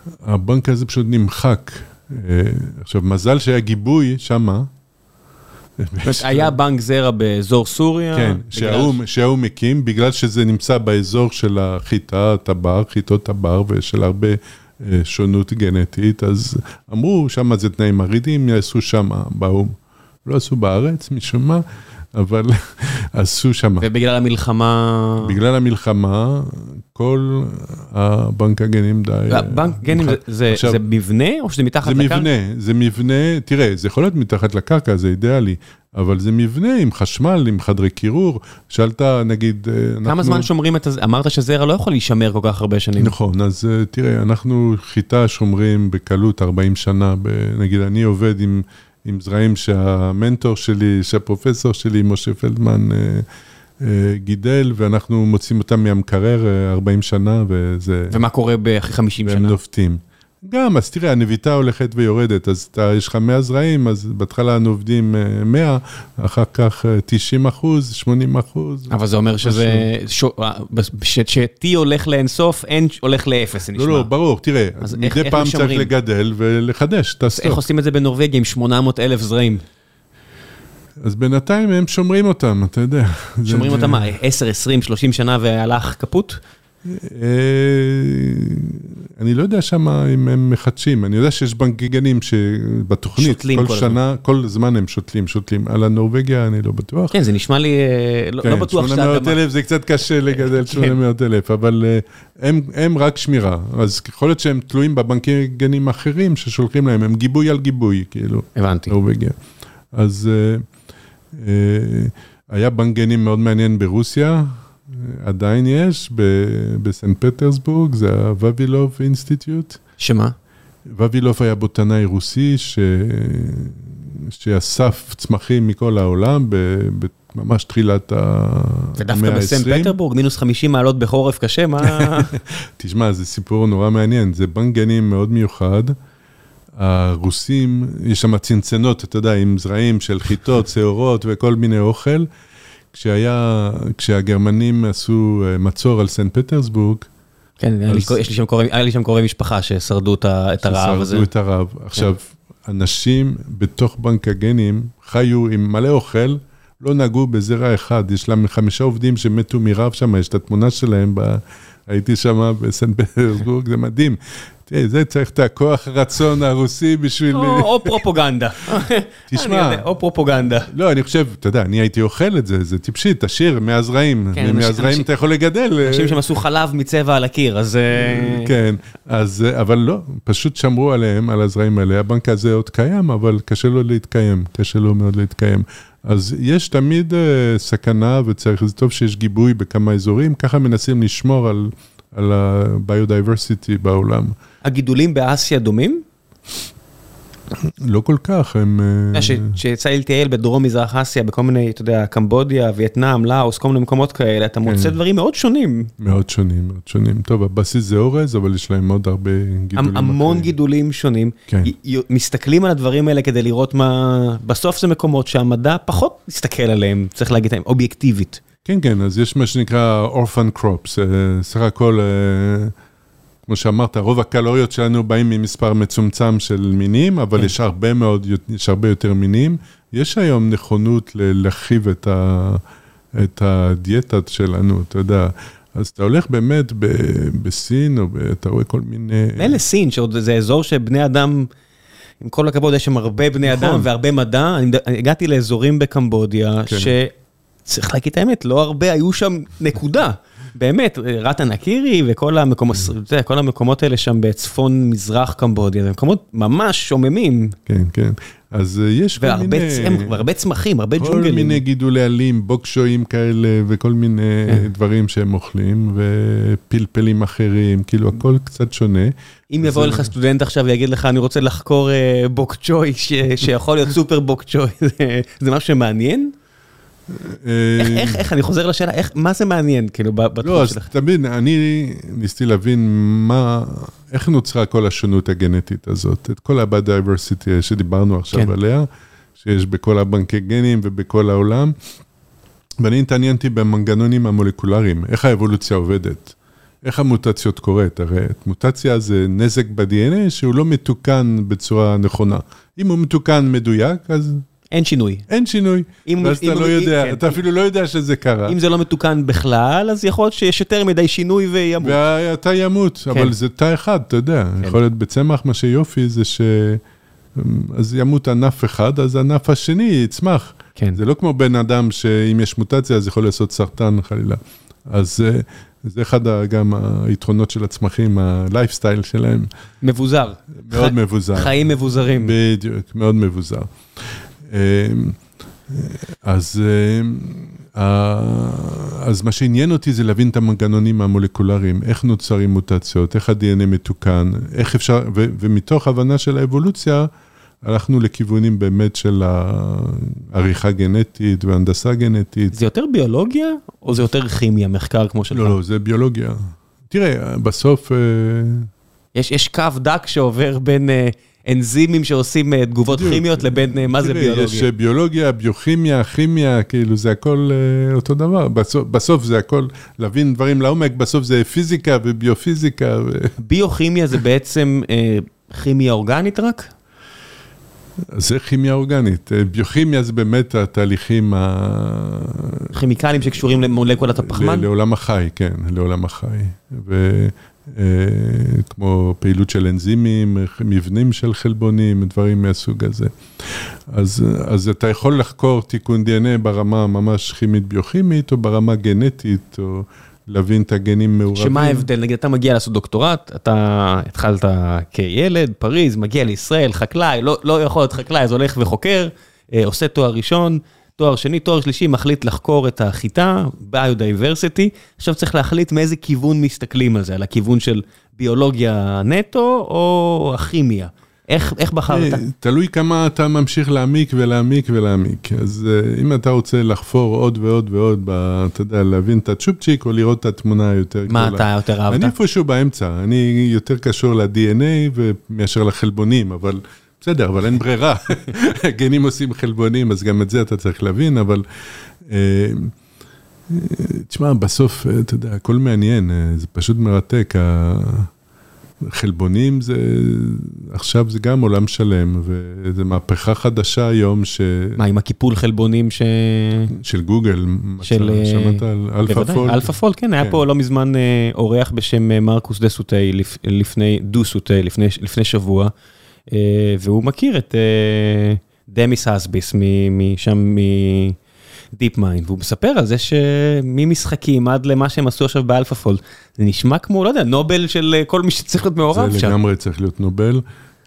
והבנק הזה פשוט נמחק. עכשיו, מזל שהיה גיבוי שמה, היה בנק זרע באזור סוריה. כן, שהאו מקים, בגלל שזה נמצא באזור של החיטות הטבר, ושל הרבה שונות גנטית, אז אמרו, שם זה תנאים מרידים, יעשו שם באום. לא עשו בארץ, משום מה, אבל עשו שם. ובגלל המלחמה... בגלל המלחמה, כל הבנק הגנים די... בנק גנים זה מבנה, או שזה מתחת לקרקע? זה מבנה, תראה, זה יכול להיות מתחת לקרקע, זה אידיאלי, אבל זה מבנה עם חשמל, עם חדרי קירור, שאלת, נגיד... כמה זמן שומרים את זה? אמרת שזרע לא יכול להישמר כל כך הרבה שנים. נכון, אז תראה, אנחנו חיטה שומרים בקלות 40 שנה, נגיד, אני עובד עם זרעים שהמנטור שלי, שהפרופסור שלי, משה פלדמן, גידל, ואנחנו מוצאים אותם מהמקרר 40 שנה, וזה... ומה קורה אחרי 50 שנה? והם נופתים. גם, אז תראה, הנביטה הולכת ויורדת, אז יש לך 100 זרעים, אז בהתחלה אנו עובדים 100, אחר כך 90%, 80%. אבל זה אומר שזה... שתי הולך לאינסוף, אין הולך לאפס, זה נשמע. לא, ברור, תראה, מדי פעם צריך לגדל ולחדש את הסטוק. איך עושים את זה בנורווגיה עם 800,000 זרעים? אז בינתיים הם שומרים אותם, אתה יודע. שומרים אותם מה? 10, 20, 30 שנה והלך כפות? אני לא יודע שמה אם הם מחדשים, אני יודע שיש בנק גנים שבתוכנית, כל שנה, כל זמן הם שותלים. על הנורווגיה אני לא בטוח. כן, זה נשמע לי, לא בטוח שאתה... 800,000 זה קצת קשה לגדל 800,000, אבל הם רק שמירה, אז יכול להיות שהם תלויים בבנקי גנים אחרים ששולחים להם, הם גיבוי על גיבוי, כאילו. הבנתי. נורווגיה. אז היה בנק גנים מאוד מעניין ברוסיה, עדיין יש, בסן פטרסבורג, זה הוואבילוב אינסטיטוט. שמה? וואבילוב היה בוטנאי רוסי, שאסף צמחים מכל העולם, ממש תחילת המאה ה-20. ודווקא בסן פטרסבורג, מינוס 50 מעלות בחורף קשה, מה... תשמע, זה סיפור נורא מעניין, זה בנק גנים מאוד מיוחד, הרוסים, יש שם צנצנות, אתה יודע, עם זרעים של חיטות, שעורות וכל מיני אוכל, כשהגרמנים עשו מצור על סן פטרסבורג. כן, היה לי שם קרובי משפחה ששרדו את הרעב הזה. ששרדו את הרעב. עכשיו, אנשים בתוך בנק הגנים חיו עם מלא אוכל, לא נגעו בזרע אחד. יש להם 5 עובדים שמתו מרעב שם, יש את התמונה שלהם, הייתי שם בסן פטרסבורג, זה מדהים. זה צריך את הכוח הרצון הרוסי בשביל... או פרופוגנדה. תשמע. או פרופוגנדה. לא, אני חושב, אתה יודע, אני הייתי אוכל את זה, זה טיפשי, תשאיר מהזרעים. מהזרעים אתה יכול לגדל. אנשים שהם עשו חלב מצבע על הקיר, אז... כן, אבל לא, פשוט שמרו עליהם, על הזרעים האלה. הבנק הזה עוד קיים, אבל קשה לו להתקיים, קשה לו מאוד להתקיים. אז יש תמיד סכנה, וצריך, זה טוב שיש גיבוי בכמה אזורים, ככה מנסים לשמור על הביודייברסיטי בעולם. הגידולים באסיה דומים? לא כל כך, הם... שיצא לטייל בדרום מזרח אסיה, בכל מיני, אתה יודע, קמבודיה, וייטנאם, לאוס, כל מיני מקומות כאלה, אתה מוצא דברים מאוד שונים. מאוד שונים, מאוד שונים. טוב, הבסיס זה אורז, אבל יש להם עוד הרבה גידולים. המון גידולים שונים. מסתכלים על הדברים האלה כדי לראות מה... בסוף זה מקומות שהמדע פחות מסתכל עליהם, צריך להגיד להם, אובייקטיבית. כן, כן, אז יש מה שנקרא orphan crops, סך הכל, כמו שאמרת, רוב הקלוריות שלנו באים ממספר מצומצם של מינים, אבל יש הרבה יותר מינים. יש היום נכונות להרחיב את הדיאטה שלנו, אתה יודע. אז אתה הולך באמת בסין, או אתה רואה כל מיני... אין לסין, שזה אזור שבני אדם... עם כל הכבוד, יש שם הרבה בני אדם והרבה מדע. אני הגעתי לאזורים בקמבודיה, שצריך להגיד את האמת, לא הרבה היו שם נקודה. באמת, רטן הקירי וכל המקומות האלה שם בצפון מזרח קמבודיה, זה מקומות ממש שוממים. כן, כן. אז יש והרבה צמחים, הרבה ג'ונגלים. כל מיני גידולי עלים, בוקשואים כאלה, וכל מיני דברים שהם אוכלים, ופלפלים אחרים, כאילו הכל קצת שונה. אם יבוא לך סטודנט עכשיו ויגיד לך, אני רוצה לחקור בוקצ'וי, שיכול להיות סופר בוקצ'וי, זה משהו שמעניין? איך, אני חוזר לשאלה, מה זה מעניין, כאילו, בתחום שלך? לא, אז תמיד, אני ניסיתי להבין איך נוצרה כל השונות הגנטית הזאת, את כל ה-biodiversity שדיברנו עכשיו עליה, שיש בכל הבנקי גנים ובכל העולם, ואני התעניינתי במנגנונים המולקולריים, איך האבולוציה עובדת, איך המוטציות קורית, הרי מוטציה זה נזק ב-DNA שהוא לא מתוקן בצורה נכונה, אם הוא מתוקן מדויק, אז... אין שינוי. אין שינוי. ואז אתה לא יודע, אתה אפילו לא יודע שזה קרה. אם זה לא מתוקן בכלל, אז יכול להיות שיש יותר מדי שינוי וימות. ואתה ימות, אבל זה תא אחד, אתה יודע. יכול להיות בצמח, מה שיופי זה אז ימות ענף אחד, אז הענף השני יצמח. זה לא כמו בן אדם שאם יש מוטציה, אז יכול לעשות סרטן חלילה. אז זה אחד גם היתרונות של הצמחים, הלייפסטייל שלהם. מבוזר. מאוד מבוזר. חיים מבוזרים. בדיוק, מאוד מבוזר. אז מה שעניין אותי זה להבין את המנגנונים המולקולריים, איך נוצרים מוטציות, איך ה-DNA מתוקן, איך אפשר, ומתוך הבנה של האבולוציה, הלכנו לכיוונים באמת של העריכה גנטית והנדסה גנטית. זה יותר ביולוגיה או זה יותר כימיה, מחקר כמו שלך? לא, זה ביולוגיה. תראה, בסוף... יש קו דק שעובר בין אנזימים שעושים תגובות כימיות לבין מה זה ביולוגיה. יש ביולוגיה, ביוכימיה, כימיה, כאילו זה הכל אותו דבר. בסוף זה הכל, להבין דברים לעומק, בסוף זה פיזיקה וביופיזיקה. ביוכימיה זה בעצם כימיה אורגנית רק? זה כימיה אורגנית. ביוכימיה זה באמת התהליכים כימיקלים שקשורים למולקולת הפחמן? לעולם החי, כן, לעולם החי. כמו פעילות של אנזימים, מבנים של חלבונים, דברים מהסוג הזה. אז אתה יכול לחקור תיקון DNA ברמה ממש כימית ביוכימית, או ברמה גנטית, או להבין את הגנים מעורבים. שמה ההבדל? נגיד, אתה מגיע לעשות דוקטורט, אתה התחלת כילד, פריז, מגיע לישראל, חקלאי, לא יכול להיות חקלאי, אז הולך וחוקר, עושה תואר ראשון, תואר שני, תואר שלישי, מחליט לחקור את החיטה, ביודייברסיטי, עכשיו צריך להחליט מאיזה כיוון מסתכלים על זה, על הכיוון של ביולוגיה נטו, או הכימיה. איך בחרת? תלוי כמה אתה ממשיך להעמיק ולהעמיק ולהעמיק. אז אם אתה רוצה לחפור עוד ועוד ועוד, אתה יודע, להבין את הצ'ופצ'יק, או לראות את התמונה יותר גדולה. מה אתה יותר אהבת? אני איפשהו באמצע, אני יותר קשור ל-DNA, מאשר לחלבונים, אבל... בסדר, אבל אין ברירה. הגנים עושים חלבונים, אז גם את זה אתה צריך להבין, אבל... תשמע, בסוף, אתה יודע, הכל מעניין, זה פשוט מרתק. החלבונים זה... עכשיו זה גם עולם שלם, וזה מהפכה חדשה היום ש... מה, עם הקיפול חלבונים ש... של גוגל, שמעת על אלפא-פולד? אלפא-פולד, כן, היה פה לא מזמן אורח בשם מרקוס דוסוטי, לפני שבוע, והוא מכיר את דמיס הסביס משם מדיפ מיינד, והוא מספר על זה שממשחקים עד למה שהם עשו עכשיו באלפא-פולד, זה נשמע כמו, לא יודע, נובל של כל מי שצריך להיות מעורב שם. זה לגמרי צריך להיות נובל,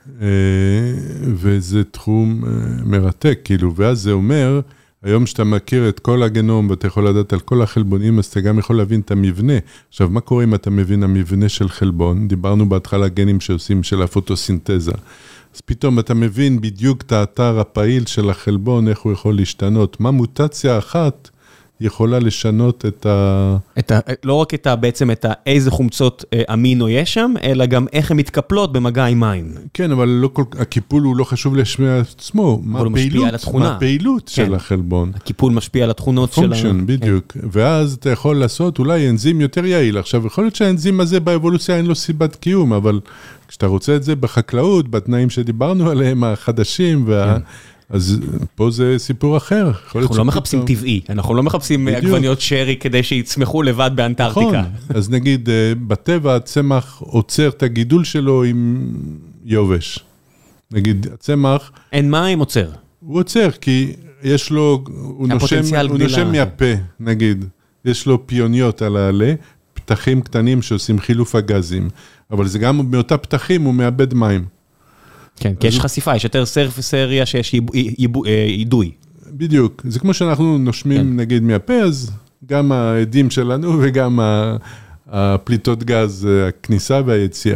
וזה תחום מרתק, כאילו, ואז זה אומר, היום שאתה מכיר את כל הגנום, ואתה יכול לדעת על כל החלבונים, אז אתה גם יכול להבין את המבנה. עכשיו, מה קורה אם אתה מבין המבנה של חלבון? דיברנו בהתחלה גנים שעושים של הפוטוסינתזה. אז פתאום אתה מבין בדיוק את האתר הפעיל של החלבון, איך הוא יכול להשתנות. מה מוטציה אחת יכולה לשנות לא רק בעצם איזה חומצות אמינו יש שם, אלא גם איך הן מתקפלות במגע עם מים. כן, אבל הקיפול הוא לא חשוב לשמיע עצמו. מה הפעילות של החלבון. הקיפול משפיע על התכונות של... פונקשן, בדיוק. ואז אתה יכול לעשות אולי אנזים יותר יעיל. עכשיו, יכול להיות שהאנזים הזה באבולוציה אין לו סיבת קיום, אבל כשאתה רוצה את זה בחקלאות, בתנאים שדיברנו עליהם, החדשים אז פה זה סיפור אחר. אנחנו לא מחפשים טבעי, אנחנו לא מחפשים עגבניות שרי כדי שיצמחו לבד באנטארקטיקה. אז נגיד, בטבע הצמח עוצר את הגידול שלו עם יובש. נגיד, הצמח... אין מים עוצר. הוא עוצר, כי יש לו... הוא נושם מהפה, נגיד. יש לו פיוניות על העלה, פתחים קטנים שעושים חילוף הגזים. אבל זה גם מאותה פתחים הוא מאבד מים. כן, כי יש חשיפה, יש יותר סרפס אריה שיש אידוי. בדיוק, זה כמו שאנחנו נושמים נגיד מהפה, אז גם העדים שלנו וגם הפליטות גז, הכניסה והיציאה.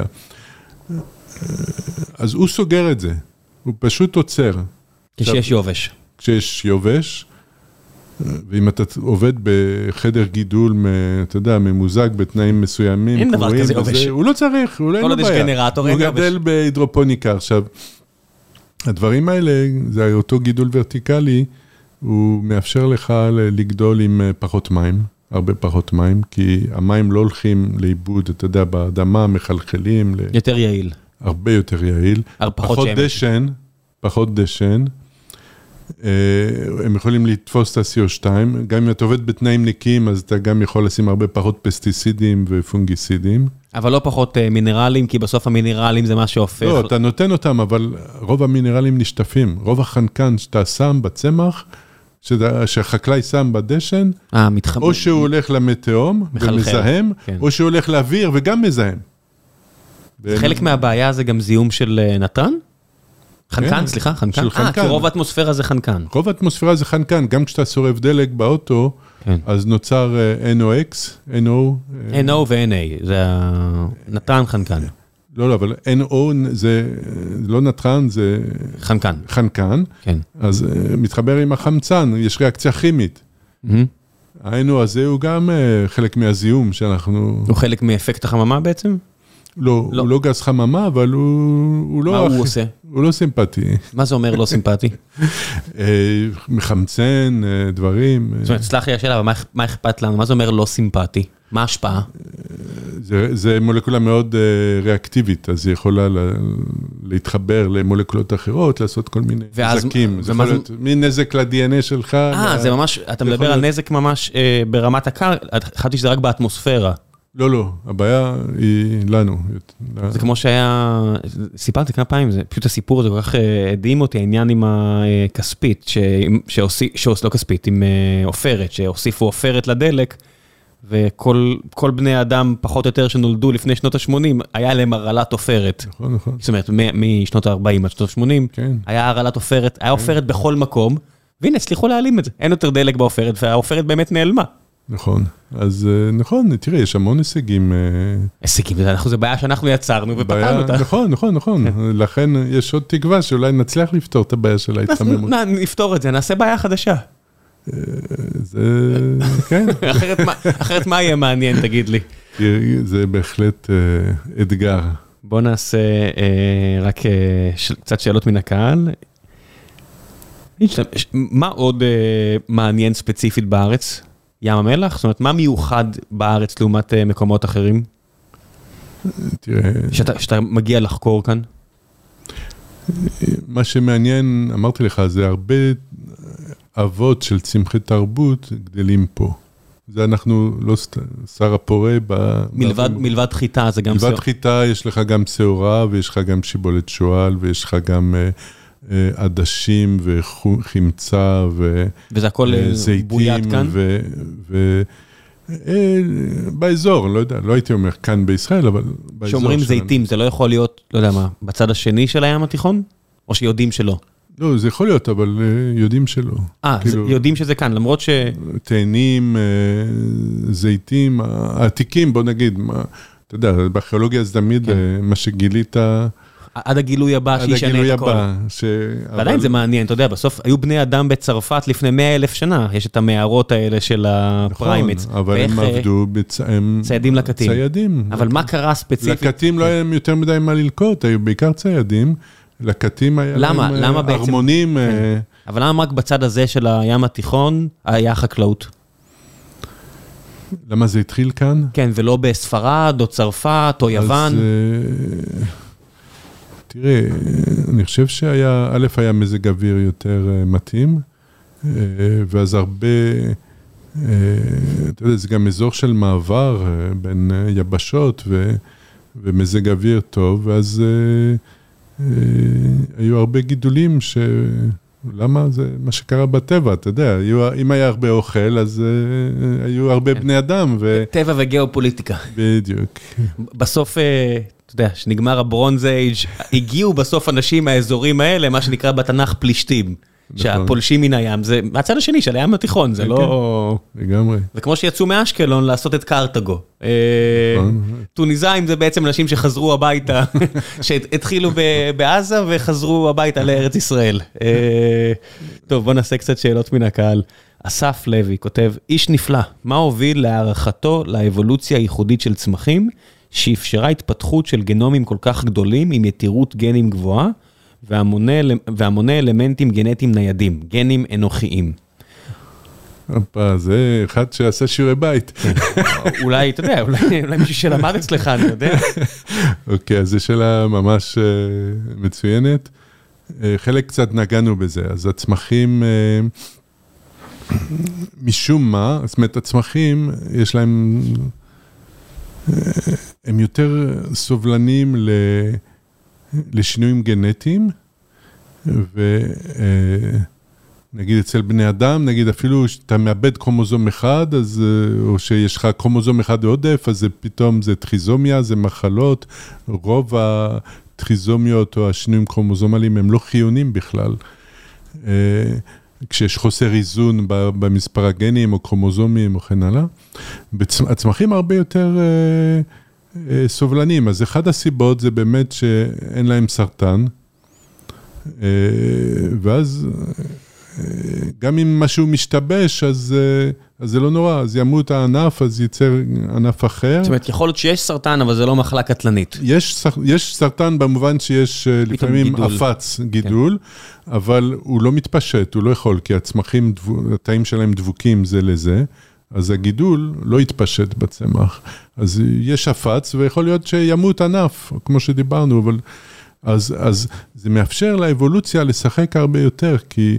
אז הוא סוגר את זה, הוא פשוט עוצר. כשיש יובש. כשיש יובש, ואם אתה עובד בחדר גידול, אתה יודע, ממוזג בתנאים מסוימים, אין דבר כזה יובש. הוא לא צריך, הוא לא אין לו בעיה. הוא גדל בהידרופוניקה. עכשיו, הדברים האלה, זה אותו גידול ורטיקלי, הוא מאפשר לך לגדול עם פחות מים, הרבה פחות מים, כי המים לא הולכים לאיבוד, אתה יודע, באדמה, מחלחלים. יותר יעיל. הרבה יותר יעיל. פחות דשן, הם יכולים לתפוס את ה-CO2, גם אם אתה עובד בתנאים נקיים, אז אתה גם יכול לשים הרבה פחות פסטיסידים ופונגיסידים. אבל לא פחות מינרלים, כי בסוף המינרלים זה מה שהופך. לא, אתה נותן אותם, אבל רוב המינרלים נשטפים. רוב החנקן שאתה שם בצמח, שהחקלאי שם בדשן, או שהוא הולך למטאום ומזהם, או שהוא הולך לאוויר וגם מזהם. חלק מהבעיה זה גם זיהום של נתרן? חנקן, סליחה, חנקן? של חנקן. כי רוב האטמוספירה זה חנקן. רוב האטמוספירה זה חנקן, גם כשאתה שורף דלק באוטו, אז נוצר NOx, NO ו-NA, זה נתרן חנקן. לא, אבל NO זה לא נתרן, זה חנקן. חנקן, אז מתחבר עם החמצן, יש ריאקציה כימית. ה-NO הזה הוא גם חלק מהזיהום שאנחנו... הוא חלק מאפקט החממה בעצם? לא, הוא לא גז חממה, אבל הוא לא... מה הוא עושה? הוא לא סימפטי. מה זה אומר לא סימפטי? מחמצן, דברים. זאת אומרת, סלח לי השאלה, אבל מה אכפת לנו? מה זה אומר לא סימפטי? מה ההשפעה? זה מולקולה מאוד ריאקטיבית, אז היא יכולה להתחבר למולקולות אחרות, לעשות כל מיני נזקים. זה יכול להיות מנזק ל-DNA שלך. זה ממש, אתה מדבר על נזק ממש ברמת הקרקע, חשבתי שזה רק באטמוספירה. לא, הבעיה היא לנו. זה כמו שהיה, סיפרתי כמה פעמים, פשוט הסיפור הזה כל כך הדהים אותי, העניין עם הכספית, לא כספית, עם עופרת, שהוסיפו עופרת לדלק, וכל בני אדם פחות או יותר שנולדו לפני שנות ה-80, היה להם הרעלת עופרת. נכון. זאת אומרת, משנות ה-40 עד שנות ה-80, היה הרעלת עופרת, היה עופרת בכל מקום, והנה, הצליחו להעלים את זה. אין יותר דלק בעופרת, והעופרת באמת נעלמה. נכון, אז נכון, תראה, יש המון הישגים. הישגים, זה בעיה שאנחנו יצרנו ופתרנו אותה. נכון, לכן יש עוד תקווה שאולי נצליח לפתור את הבעיה של ההתחממות. נפתור את זה, נעשה בעיה חדשה. זה, כן. אחרת מה יהיה מעניין, תגיד לי? זה בהחלט אתגר. בוא נעשה רק קצת שאלות מן הקהל. מה עוד מעניין ספציפית בארץ? ים המלח? זאת אומרת, מה מיוחד בארץ לעומת מקומות אחרים? תראה... שאתה מגיע לחקור כאן? מה שמעניין, אמרתי לך, זה הרבה אבות של צמחי תרבות גדלים פה. זה אנחנו לא שר הפורה מלבד חיטה, זה גם... מלבד חיטה יש לך גם שעורה, ויש לך גם שיבולת שועל, ויש לך גם... עדשים וחמצה וזה הכל בוית כאן? באזור, לא יודע, לא הייתי אומר כאן בישראל, אבל באזור. שאומרים זיתים, זה לא יכול להיות, לא יודע מה, בצד השני של הים התיכון? או שיודעים שלא? לא, זה יכול להיות, אבל יודעים שלא. יודעים שזה כאן, למרות ש... תאנים, זיתים, העתיקים, בוא נגיד, אתה יודע, בארכיאולוגיה זה תמיד מה שגילית... עד הגילוי הבא שישנה את הכל. ועדיין זה מעניין, אתה יודע, בסוף היו בני אדם בצרפת לפני 100,000 שנה, יש את המערות האלה של הפריימטס. נכון, אבל הם עבדו, ציידים לקטים. ציידים. אבל מה קרה ספציפית? לקטים לא היה להם יותר מדי מה ללקוט, היו בעיקר ציידים, לקטים היה להם ארמונים. אבל למה רק בצד הזה של הים התיכון היה חקלאות? למה זה התחיל כאן? כן, ולא בספרד או צרפת או יוון. תראה, אני חושב שהיה, א' היה מזג אוויר יותר מתאים, ואז הרבה, אתה יודע, זה גם אזור של מעבר בין יבשות ומזג אוויר טוב, ואז היו הרבה גידולים למה זה מה שקרה בטבע, אתה יודע, אם היה הרבה אוכל, אז היו הרבה בני אדם. טבע וגיאופוליטיקה. בדיוק. בסוף... אתה יודע, שנגמר הברונז אייג', הגיעו בסוף אנשים מהאזורים האלה, מה שנקרא בתנ"ך פלישתים, שהפולשים מן הים, זה מהצד השני של הים התיכון, זה לא... לגמרי. זה כמו שיצאו מאשקלון לעשות את קרתגו. טוניסאים זה בעצם אנשים שחזרו הביתה, שהתחילו בעזה וחזרו הביתה לארץ ישראל. טוב, בוא נעשה קצת שאלות מן הקהל. אסף לוי כותב, איש נפלא, מה הוביל להערכתו לאבולוציה הייחודית של צמחים, שאפשרה התפתחות של גנומים כל כך גדולים עם יתירות גנים גבוהה, והמוני אלמנטים גנטיים ניידים, גנים אנוכיים. זה אחד שעשה שיעורי בית. אולי, אתה יודע, אולי מישהו שלמד אצלך, אני יודע. אוקיי, אז זו שאלה ממש מצוינת. חלק קצת נגענו בזה, אז הצמחים, משום מה, זאת אומרת, הצמחים, יש להם, הם יותר סובלנים לשינויים גנטיים, ונגיד אצל בני אדם, נגיד אפילו שאתה מאבד קרומוזום אחד, אז, או שיש לך קרומוזום אחד עודף, אז פתאום זה טריזומיה, זה מחלות, רוב הטריזומיות או השינויים קרומוזומליים הם לא חיוניים בכלל. כשיש חוסר איזון במספר הגנים או קרומוזומים או כן הלאה. הצמחים הרבה יותר סובלנים, אז אחד הסיבות זה באמת שאין להם סרטן, ואז גם אם משהו משתבש, אז זה לא נורא, אז ימות הענף, אז ייצר ענף אחר. זאת אומרת, יכול להיות שיש סרטן, אבל זה לא מחלה קטלנית. יש סרטן במובן שיש לפעמים אפץ גידול, אבל הוא לא מתפשט, הוא לא יכול, כי הצמחים, התאים שלהם דבוקים זה לזה, אז הגידול לא יתפשט בצמח. אז יש אפץ, ויכול להיות שימות ענף, כמו שדיברנו, אבל אז זה מאפשר לאבולוציה לשחק הרבה יותר, כי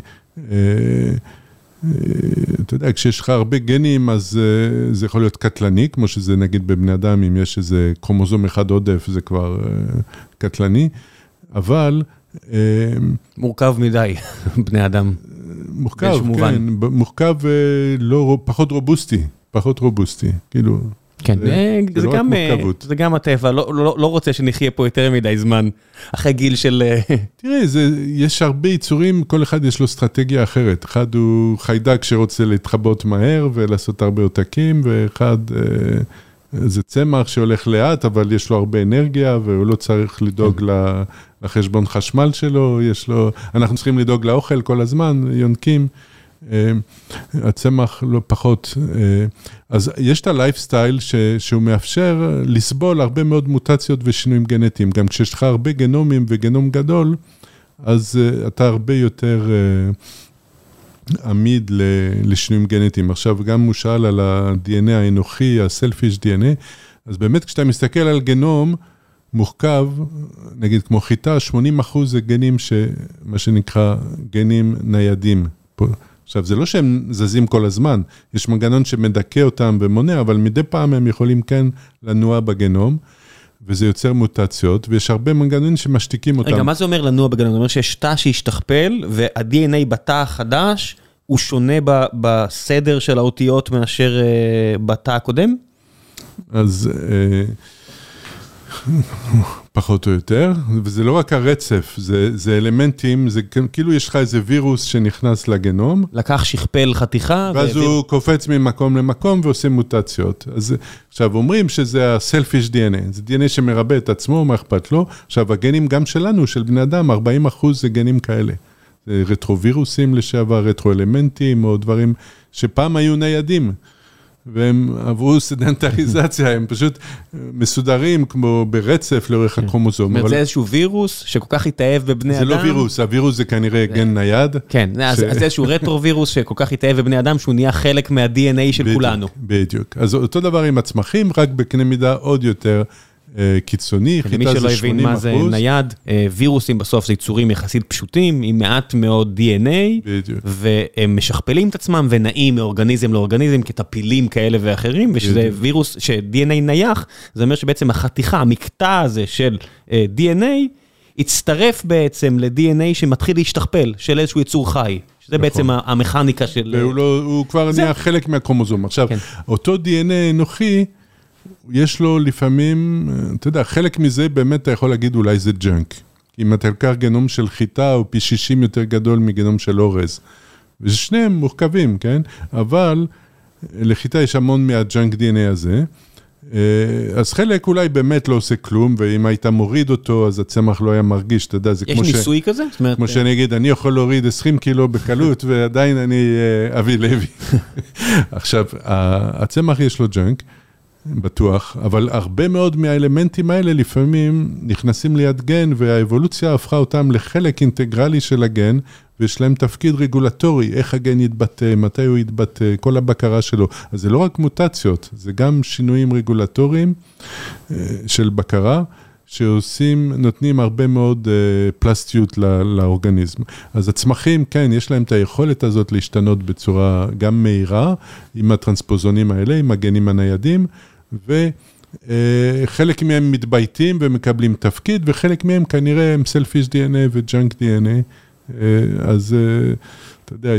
אתה יודע, כשיש לך הרבה גנים, אז זה יכול להיות קטלני, כמו שזה נגיד בבני אדם, אם יש איזה קרומוזום אחד עודף, זה כבר קטלני, אבל מורכב מדי, בני אדם. מורכב, כן, מורכב פחות רובוסטי, כאילו. כן, זה גם הטבע, לא רוצה שנחיה פה יותר מדי זמן, אחרי גיל של... תראה, יש הרבה יצורים, כל אחד יש לו אסטרטגיה אחרת. אחד הוא חיידק שרוצה להתחבות מהר ולעשות הרבה עותקים, ואחד זה צמח שהולך לאט, אבל יש לו הרבה אנרגיה, והוא לא צריך לדאוג לחשבון חשמל שלו, אנחנו צריכים לדאוג לאוכל כל הזמן, יונקים. הצמח לא פחות, אז יש את הלייפסטייל שהוא מאפשר לסבול הרבה מאוד מוטציות ושינויים גנטיים, גם כשיש לך הרבה גנומים וגנום גדול, אז אתה הרבה יותר עמיד לשינויים גנטיים. עכשיו גם הוא שאל על ה-DNA האנוכי, ה-selfish DNA, אז באמת כשאתה מסתכל על גנום מורכב, נגיד כמו חיטה, 80% זה גנים מה שנקרא גנים ניידים. עכשיו, זה לא שהם זזים כל הזמן, יש מנגנון שמדכא אותם ומונע, אבל מדי פעם הם יכולים כן לנוע בגנום, וזה יוצר מוטציות, ויש הרבה מנגנונים שמשתיקים אותם. רגע, מה זה אומר לנוע בגנום? זה אומר שיש תא שהשתכפל, וה-DNA בתא החדש, הוא שונה בסדר של האותיות מאשר בתא הקודם? אז פחות או יותר, וזה לא רק הרצף, זה אלמנטים, זה כאילו יש לך איזה וירוס שנכנס לגנום. לקח שכפל חתיכה. ואז הוא קופץ ממקום למקום ועושה מוטציות. אז עכשיו אומרים שזה ה-selfish DNA, זה DNA שמרבה את עצמו, מה אכפת לו. עכשיו הגנים גם שלנו, של בני אדם, 40% זה גנים כאלה. זה רטרו-וירוסים לשעבר, רטרו-אלמנטים, או דברים שפעם היו ניידים. והם עברו סדנטריזציה, הם פשוט מסודרים כמו ברצף לאורך הקרומוזום. זאת אומרת, זה איזשהו וירוס שכל כך התאהב בבני אדם. זה לא וירוס, הווירוס זה כנראה גן נייד. כן, אז זה איזשהו רטרו-וירוס שכל כך התאהב בבני אדם, שהוא נהיה חלק מה-DNA של כולנו. בדיוק. אז אותו דבר עם הצמחים, רק בקנה מידה עוד יותר קיצוני. למי שלא הבין מה זה נייד, וירוסים בסוף זה יצורים יחסית פשוטים, עם מעט מאוד DNA, והם משכפלים את עצמם ונעים מאורגניזם לאורגניזם, כטפילים כאלה ואחרים, ושזה וירוס ש-DNA נייח, זה אומר שבעצם החתיכה, המקטע הזה של DNA, הצטרף בעצם ל-DNA שמתחיל להשתכפל, של איזשהו יצור חי. שזה בעצם המכניקה של... הוא כבר נהיה חלק מהקרומוזום. עכשיו, אותו DNA אנוכי, יש לו לפעמים, אתה יודע, חלק מזה באמת אתה יכול להגיד אולי זה ג'אנק. אם אתה לקח גנום של חיטה, הוא פי 60 יותר גדול מגנום של אורז. ושניהם מורכבים, כן? אבל לחיטה יש המון מהג'אנק DNA הזה. אז חלק אולי באמת לא עושה כלום, ואם היית מוריד אותו, אז הצמח לא היה מרגיש, אתה יודע, זה כמו יש ניסוי כזה? כמו שאני אגיד, אני יכול להוריד 20 קילו בקלות, ועדיין אני אבי לוי. עכשיו, הצמח יש לו ג'אנק, בטוח, אבל הרבה מאוד מהאלמנטים האלה לפעמים נכנסים ליד גן, והאבולוציה הפכה אותם לחלק אינטגרלי של הגן, ויש להם תפקיד רגולטורי, איך הגן יתבטא, מתי הוא יתבטא, כל הבקרה שלו. אז זה לא רק מוטציות, זה גם שינויים רגולטוריים של בקרה, נותנים הרבה מאוד פלסטיות לאורגניזם. אז הצמחים, כן, יש להם את היכולת הזאת להשתנות בצורה גם מהירה, עם הטרנספוזונים האלה, עם הגנים הניידים, וחלק מהם מתבייתים ומקבלים תפקיד, וחלק מהם כנראה הם selfish DNA ו-junk DNA. אז אתה יודע,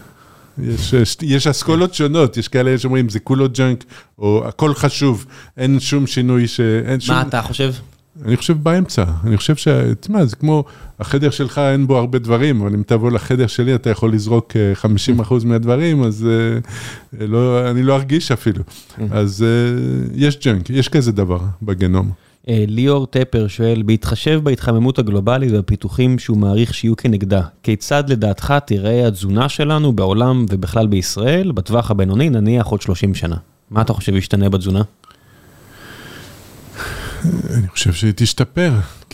יש אסכולות שונות, יש כאלה שאומרים, זה כולו ג'אנק, או הכל חשוב, אין שום שינוי מה אתה חושב? אני חושב באמצע, אני חושב תשמע, זה כמו, החדר שלך אין בו הרבה דברים, אבל אם תבוא לחדר שלי, אתה יכול לזרוק 50% מהדברים, אז אני לא ארגיש אפילו. אז יש ג'אנק, יש כזה דבר בגנום. ליאור טפר שואל, בהתחשב בהתחממות הגלובלית והפיתוחים שהוא מעריך שיהיו כנגדה, כיצד לדעתך תראה התזונה שלנו בעולם ובכלל בישראל, בטווח הבינוני, נניח עוד 30 שנה? מה אתה חושב ישתנה בתזונה? אני חושב שהיא תשתפר,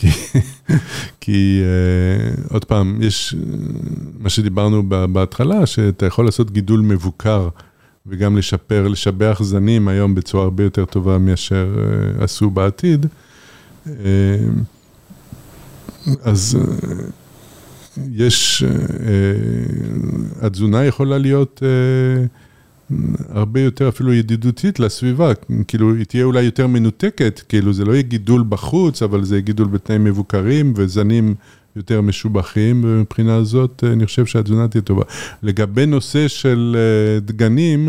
כי עוד פעם, יש מה שדיברנו בהתחלה, שאתה יכול לעשות גידול מבוקר, וגם לשבח זנים היום בצורה הרבה יותר טובה מאשר עשו בעתיד. אז התזונה יכולה להיות הרבה יותר אפילו ידידותית לסביבה, כאילו היא תהיה אולי יותר מנותקת, כאילו זה לא יהיה גידול בחוץ, אבל זה יהיה גידול בתנאים מבוקרים וזנים יותר משובחים, ומבחינה הזאת אני חושב שהתזונה תהיה טובה. לגבי נושא של דגנים,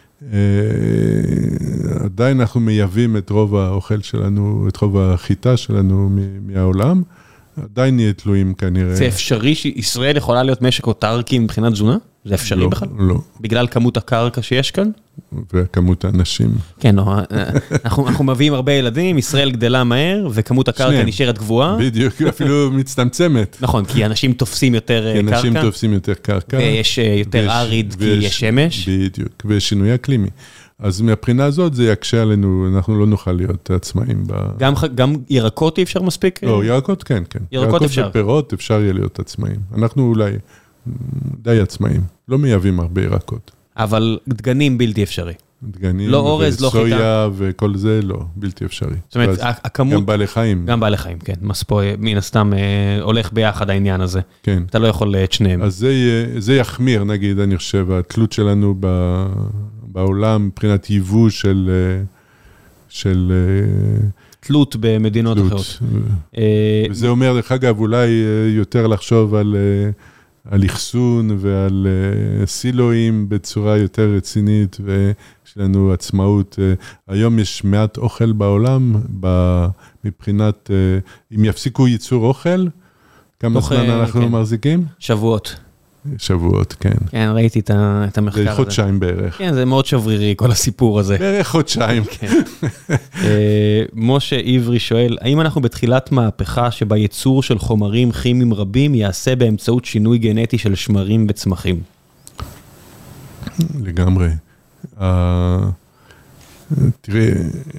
עדיין אנחנו מייבאים את רוב האוכל שלנו, את רוב החיטה שלנו מהעולם, עדיין נהיה תלויים כנראה. זה אפשרי שישראל יכולה להיות משק אוטרקי מבחינת תזונה? זה אפשרי בכלל? לא. בגלל כמות הקרקע שיש כאן? וכמות האנשים. כן, לא, אנחנו מביאים הרבה ילדים, ישראל גדלה מהר, וכמות הקרקע נשארת גבוהה. בדיוק, אפילו מצטמצמת. נכון, כי אנשים תופסים יותר קרקע. אנשים תופסים יותר קרקע. ויש יותר אריד, כי יש שמש. בדיוק, ויש שינוי אקלימי. אז מהבחינה הזאת זה יקשה עלינו, אנחנו לא נוכל להיות עצמאים. גם ירקות אי אפשר מספיק? לא, ירקות כן, כן. ירקות אפשר. ופירות אפשר יהיה להיות עצמאים. אנחנו אולי די עצמאים, לא מייבאים הרבה ירקות. אבל דגנים בלתי אפשרי. דגנים לא אורז, לא חיטה. וסויה וכל זה לא, בלתי אפשרי. זאת אומרת, הכמות... גם בעלי חיים. גם בעלי חיים, כן. מספו, מן הסתם הולך ביחד העניין הזה. כן. אתה לא יכול את שניהם. אז זה יחמיר, נגיד, אני חושב, התלות שלנו בעולם, מבחינת ייבוא של תלות במדינות אחרות. וזה אומר, דרך אגב, אולי יותר לחשוב על אחסון ועל סילואים בצורה יותר רצינית, ויש לנו עצמאות. היום יש מעט אוכל בעולם, מבחינת, אם יפסיקו ייצור אוכל, כמה זמן אנחנו מחזיקים? שבועות, כן. כן, ראיתי את המחקר הזה. זה חודשיים בערך. כן, זה מאוד שברירי, כל הסיפור הזה. בערך חודשיים. משה עברי שואל, האם אנחנו בתחילת מהפכה שבה ייצור של חומרים כימיים רבים יעשה באמצעות שינוי גנטי של שמרים וצמחים? לגמרי. תראה,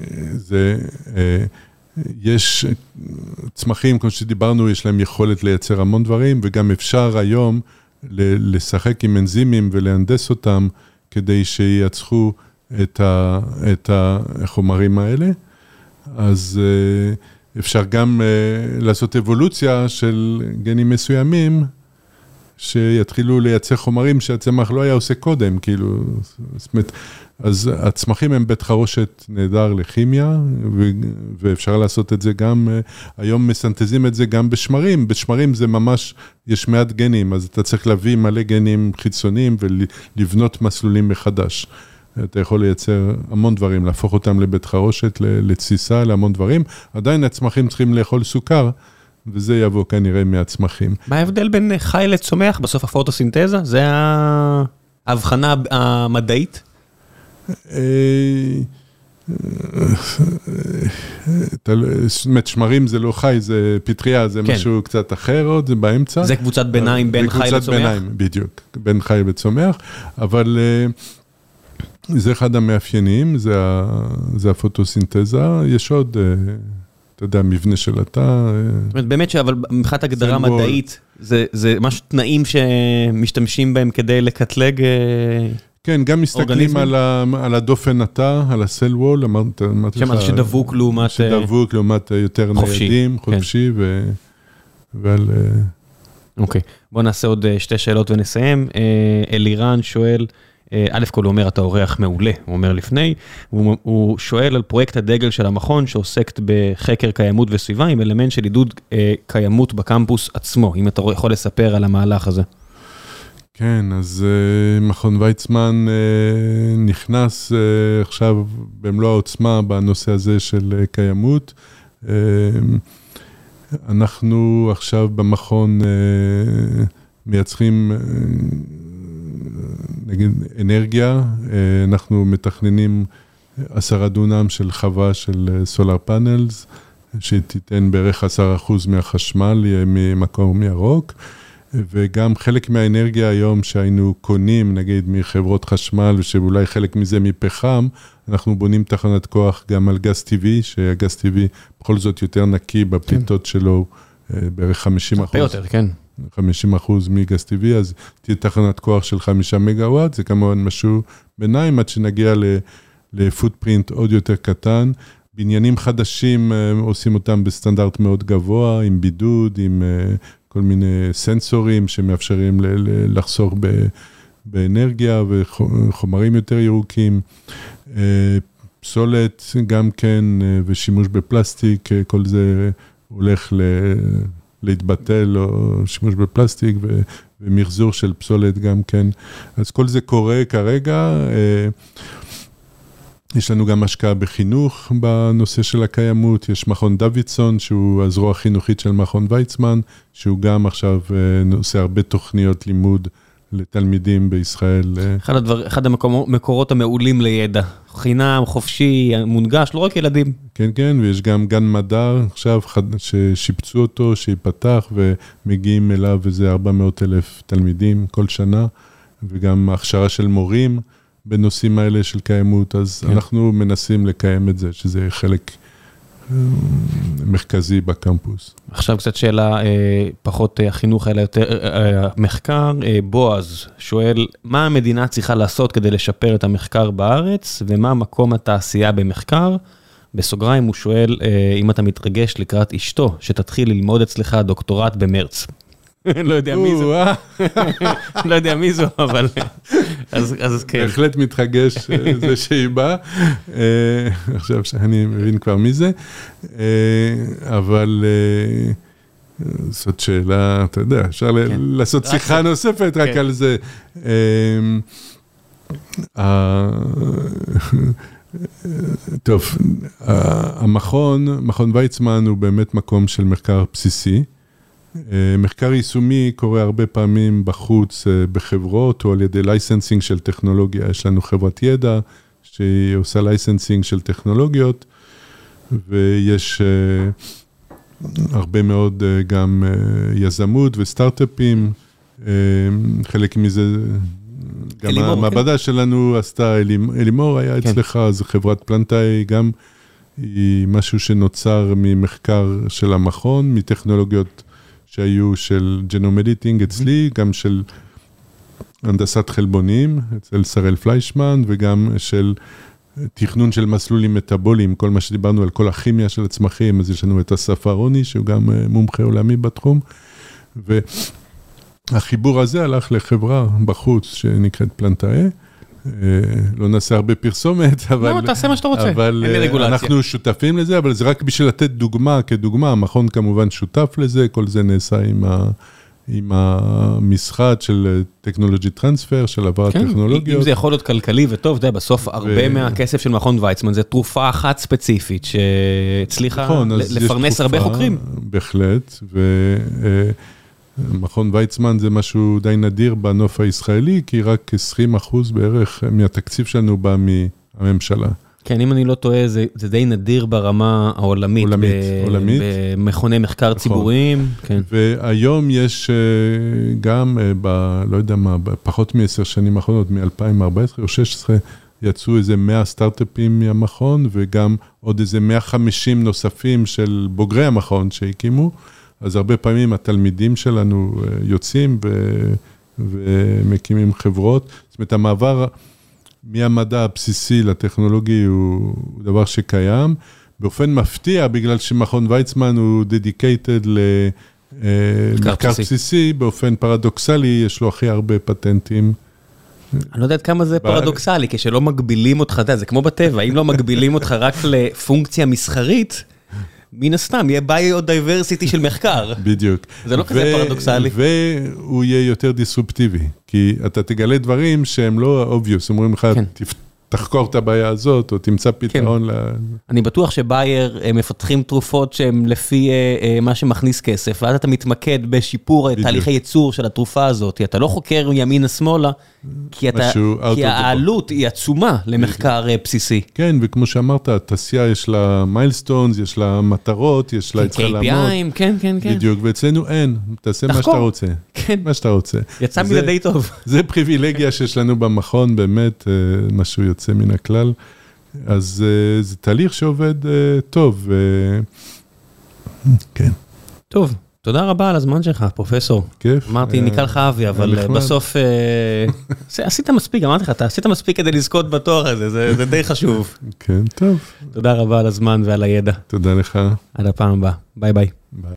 יש צמחים, כמו שדיברנו, יש להם יכולת לייצר המון דברים, וגם אפשר היום לשחק עם אנזימים ולהנדס אותם, כדי שייצחו את החומרים האלה. אז אפשר גם לעשות אבולוציה של גנים מסוימים, שיתחילו לייצר חומרים שהצמח לא היה עושה קודם, כאילו, זאת אומרת, אז הצמחים הם בית חרושת נהדר לכימיה, ואפשר לעשות את זה גם, היום מסנטזים את זה גם בשמרים, בשמרים זה ממש, יש מעט גנים, אז אתה צריך להביא מלא גנים חיצוניים, ולבנות מסלולים מחדש. אתה יכול לייצר המון דברים, להפוך אותם לבית חרושת, לתסיסה, להמון דברים, עדיין הצמחים צריכים לאכול סוכר, וזה יבוא כנראה מהצמחים. מה ההבדל בין חי לצומח בסוף הפוטוסינתזה? זה ההבחנה המדעית? שמרים זה לא חי, זה פטריה, זה משהו קצת אחר עוד, זה באמצע. זה קבוצת ביניים בין חי לצומח? בדיוק, בין חי וצומח, אבל זה אחד המאפיינים, זה הפוטוסינתזה, יש עוד, אתה יודע, מבנה של התא. באמת אבל מבחינת הגדרה מדעית, זה ממש תנאים שמשתמשים בהם כדי לקטלג? כן, גם מסתכלים על הדופן התא, על הסל וול, אמרתי לך... שדבוק לעומת... שדבוק לעומת יותר ניידים, חופשי, ועל... אוקיי, בוא נעשה עוד שתי שאלות ונסיים. אלירן שואל, א' כל הוא אומר, אתה אורח מעולה, הוא אומר לפני, הוא שואל על פרויקט הדגל של המכון, שעוסקת בחקר קיימות וסביבה, עם אלמנט של עידוד קיימות בקמפוס עצמו, אם אתה יכול לספר על המהלך הזה. כן, אז מכון ויצמן נכנס עכשיו במלוא העוצמה בנושא הזה של קיימות. אנחנו עכשיו במכון מייצרים, נגיד, אנרגיה. אנחנו מתכננים 10 דונם של חווה של סולר פאנלס, שתיתן בערך 10% מהחשמל ממקום ירוק. וגם חלק מהאנרגיה היום שהיינו קונים, נגיד, מחברות חשמל, ושאולי חלק מזה מפחם, אנחנו בונים תחנת כוח גם על גז טבעי, שהגז טבעי בכל זאת יותר נקי בפליטות שלו, בערך 50%. הרבה יותר, כן. 50% מגז טבעי, אז תהיה תחנת כוח של 5 מגוואט, זה כמובן משהו ביניים, עד שנגיע לפוטפרינט עוד יותר קטן. בניינים חדשים עושים אותם בסטנדרט מאוד גבוה, עם בידוד, עם... כל מיני סנסורים שמאפשרים לחסוך באנרגיה וחומרים יותר ירוקים. פסולת גם כן, ושימוש בפלסטיק, כל זה הולך להתבטל, או שימוש בפלסטיק, ומחזור של פסולת גם כן. אז כל זה קורה כרגע. יש לנו גם השקעה בחינוך בנושא של הקיימות, יש מכון דוידסון, שהוא הזרוע החינוכית של מכון ויצמן, שהוא גם עכשיו עושה הרבה תוכניות לימוד לתלמידים בישראל. אחד המקורות המעולים לידע, חינם, חופשי, מונגש, לא רק ילדים. כן, כן, ויש גם גן מדע עכשיו ששיפצו אותו, שיפתח, ומגיעים אליו איזה 400,000 תלמידים כל שנה, וגם הכשרה של מורים, בנושאים האלה של קיימות, אז אנחנו מנסים לקיים את זה, שזה חלק מרכזי בקמפוס. עכשיו קצת שאלה, פחות החינוך, אלא יותר מחקר. בועז שואל, מה המדינה צריכה לעשות כדי לשפר את המחקר בארץ, ומה מקום התעשייה במחקר? בסוגריים הוא שואל, אם אתה מתרגש לקראת אשתו, שתתחיל ללמוד אצלך דוקטורט במרץ. לא יודע מי זו. לא יודע מי זו, אבל... אז כן. בהחלט מתרגש זה שהיא באה. עכשיו שאני מבין כבר מי זה. אבל זאת שאלה, אתה יודע, אפשר לעשות שיחה נוספת רק על זה. טוב, מכון ויצמן הוא באמת מקום של מחקר בסיסי. מחקר יישומי קורה הרבה פעמים בחוץ בחברות או על ידי לייסנסינג של טכנולוגיה. יש לנו חברת ידע שהיא עושה לייסנסינג של טכנולוגיות, ויש הרבה מאוד גם יזמות וסטארט-אפים. חלק מזה, גם המעבדה שלנו עשתה, אלימור היה אצלך, אז חברת פלנטאי גם היא משהו שנוצר ממחקר של המכון, מטכנולוגיות שהיו של ג'נום אדיטינג אצלי, גם של הנדסת חלבונים, אצל שראל פליישמן, וגם של תכנון של מסלולים מטאבוליים, כל מה שדיברנו על כל הכימיה של הצמחים, אז יש לנו את אסף אהרוני, שהוא גם מומחה עולמי בתחום, והחיבור הזה הלך לחברה בחוץ, שנקראת פלנטאי, לא נעשה הרבה פרסומת, אבל... לא, תעשה מה שאתה רוצה, אבל אנחנו שותפים לזה, אבל זה רק בשביל לתת דוגמה, כדוגמה, המכון כמובן שותף לזה, כל זה נעשה עם המשחד של טכנולוגי טרנספר, של עבר טכנולוגיות. אם זה יכול להיות כלכלי וטוב, אתה יודע, בסוף הרבה מהכסף של מכון ויצמן, זה תרופה אחת ספציפית, שהצליחה לפרנס הרבה חוקרים. בהחלט, מכון ויצמן זה משהו די נדיר בנוף הישראלי, כי רק 20% בערך מהתקציב שלנו בא מהממשלה. כן, אם אני לא טועה, זה די נדיר ברמה העולמית. עולמית. במכוני מחקר ציבוריים. כן. והיום יש גם, לא יודע מה, פחות מ10 שנים האחרונות, מ-2014 או 2016, יצאו איזה 100 סטארט-אפים מהמכון, וגם עוד איזה 150 נוספים של בוגרי המכון שהקימו. אז הרבה פעמים התלמידים שלנו יוצאים ומקימים חברות. זאת אומרת, המעבר מהמדע הבסיסי לטכנולוגי הוא דבר שקיים, באופן מפתיע, בגלל שמכון ויצמן הוא dedicated למחקר בסיסי, באופן פרדוקסלי, יש לו הכי הרבה פטנטים. אני לא יודע כמה זה פרדוקסלי, כשלא מגבילים אותך, זה כמו בטבע, אם לא מגבילים אותך רק לפונקציה מסחרית, מן הסתם, יהיה ביו-דייברסיטי של מחקר. בדיוק. זה לא כזה פרדוקסלי. והוא יהיה יותר דיסרופטיבי, כי אתה תגלה דברים שהם לא obvious, אומרים לך, תחקור את הבעיה הזאת, או תמצא פתרון. אני בטוח שבייר מפתחים תרופות שהן לפי מה שמכניס כסף, ואז אתה מתמקד בשיפור תהליך הייצור של התרופה הזאת, אתה לא חוקר ימינה-שמאלה, כי העלות היא עצומה למחקר בסיסי. כן, וכמו שאמרת, התעשייה יש לה מיילסטונס, יש לה מטרות, יש לה צריכה לעמוד. כן, כן, כן. בדיוק, ואצלנו אין, תעשה מה שאתה רוצה. כן. מה שאתה רוצה. יצא מזה די טוב. זה פריבילגיה שיש לנו במכון, באמת, משהו יוצא מן הכלל. אז זה תהליך שעובד טוב. כן. טוב. תודה רבה על הזמן שלך, פרופסור. כיף. אמרתי, נקרא לך אבי, אבל בסוף עשית מספיק, אמרתי לך, אתה עשית מספיק כדי לזכות בתואר הזה, זה די חשוב. כן, טוב. תודה רבה על הזמן ועל הידע. תודה לך. עד הפעם הבאה. ביי ביי.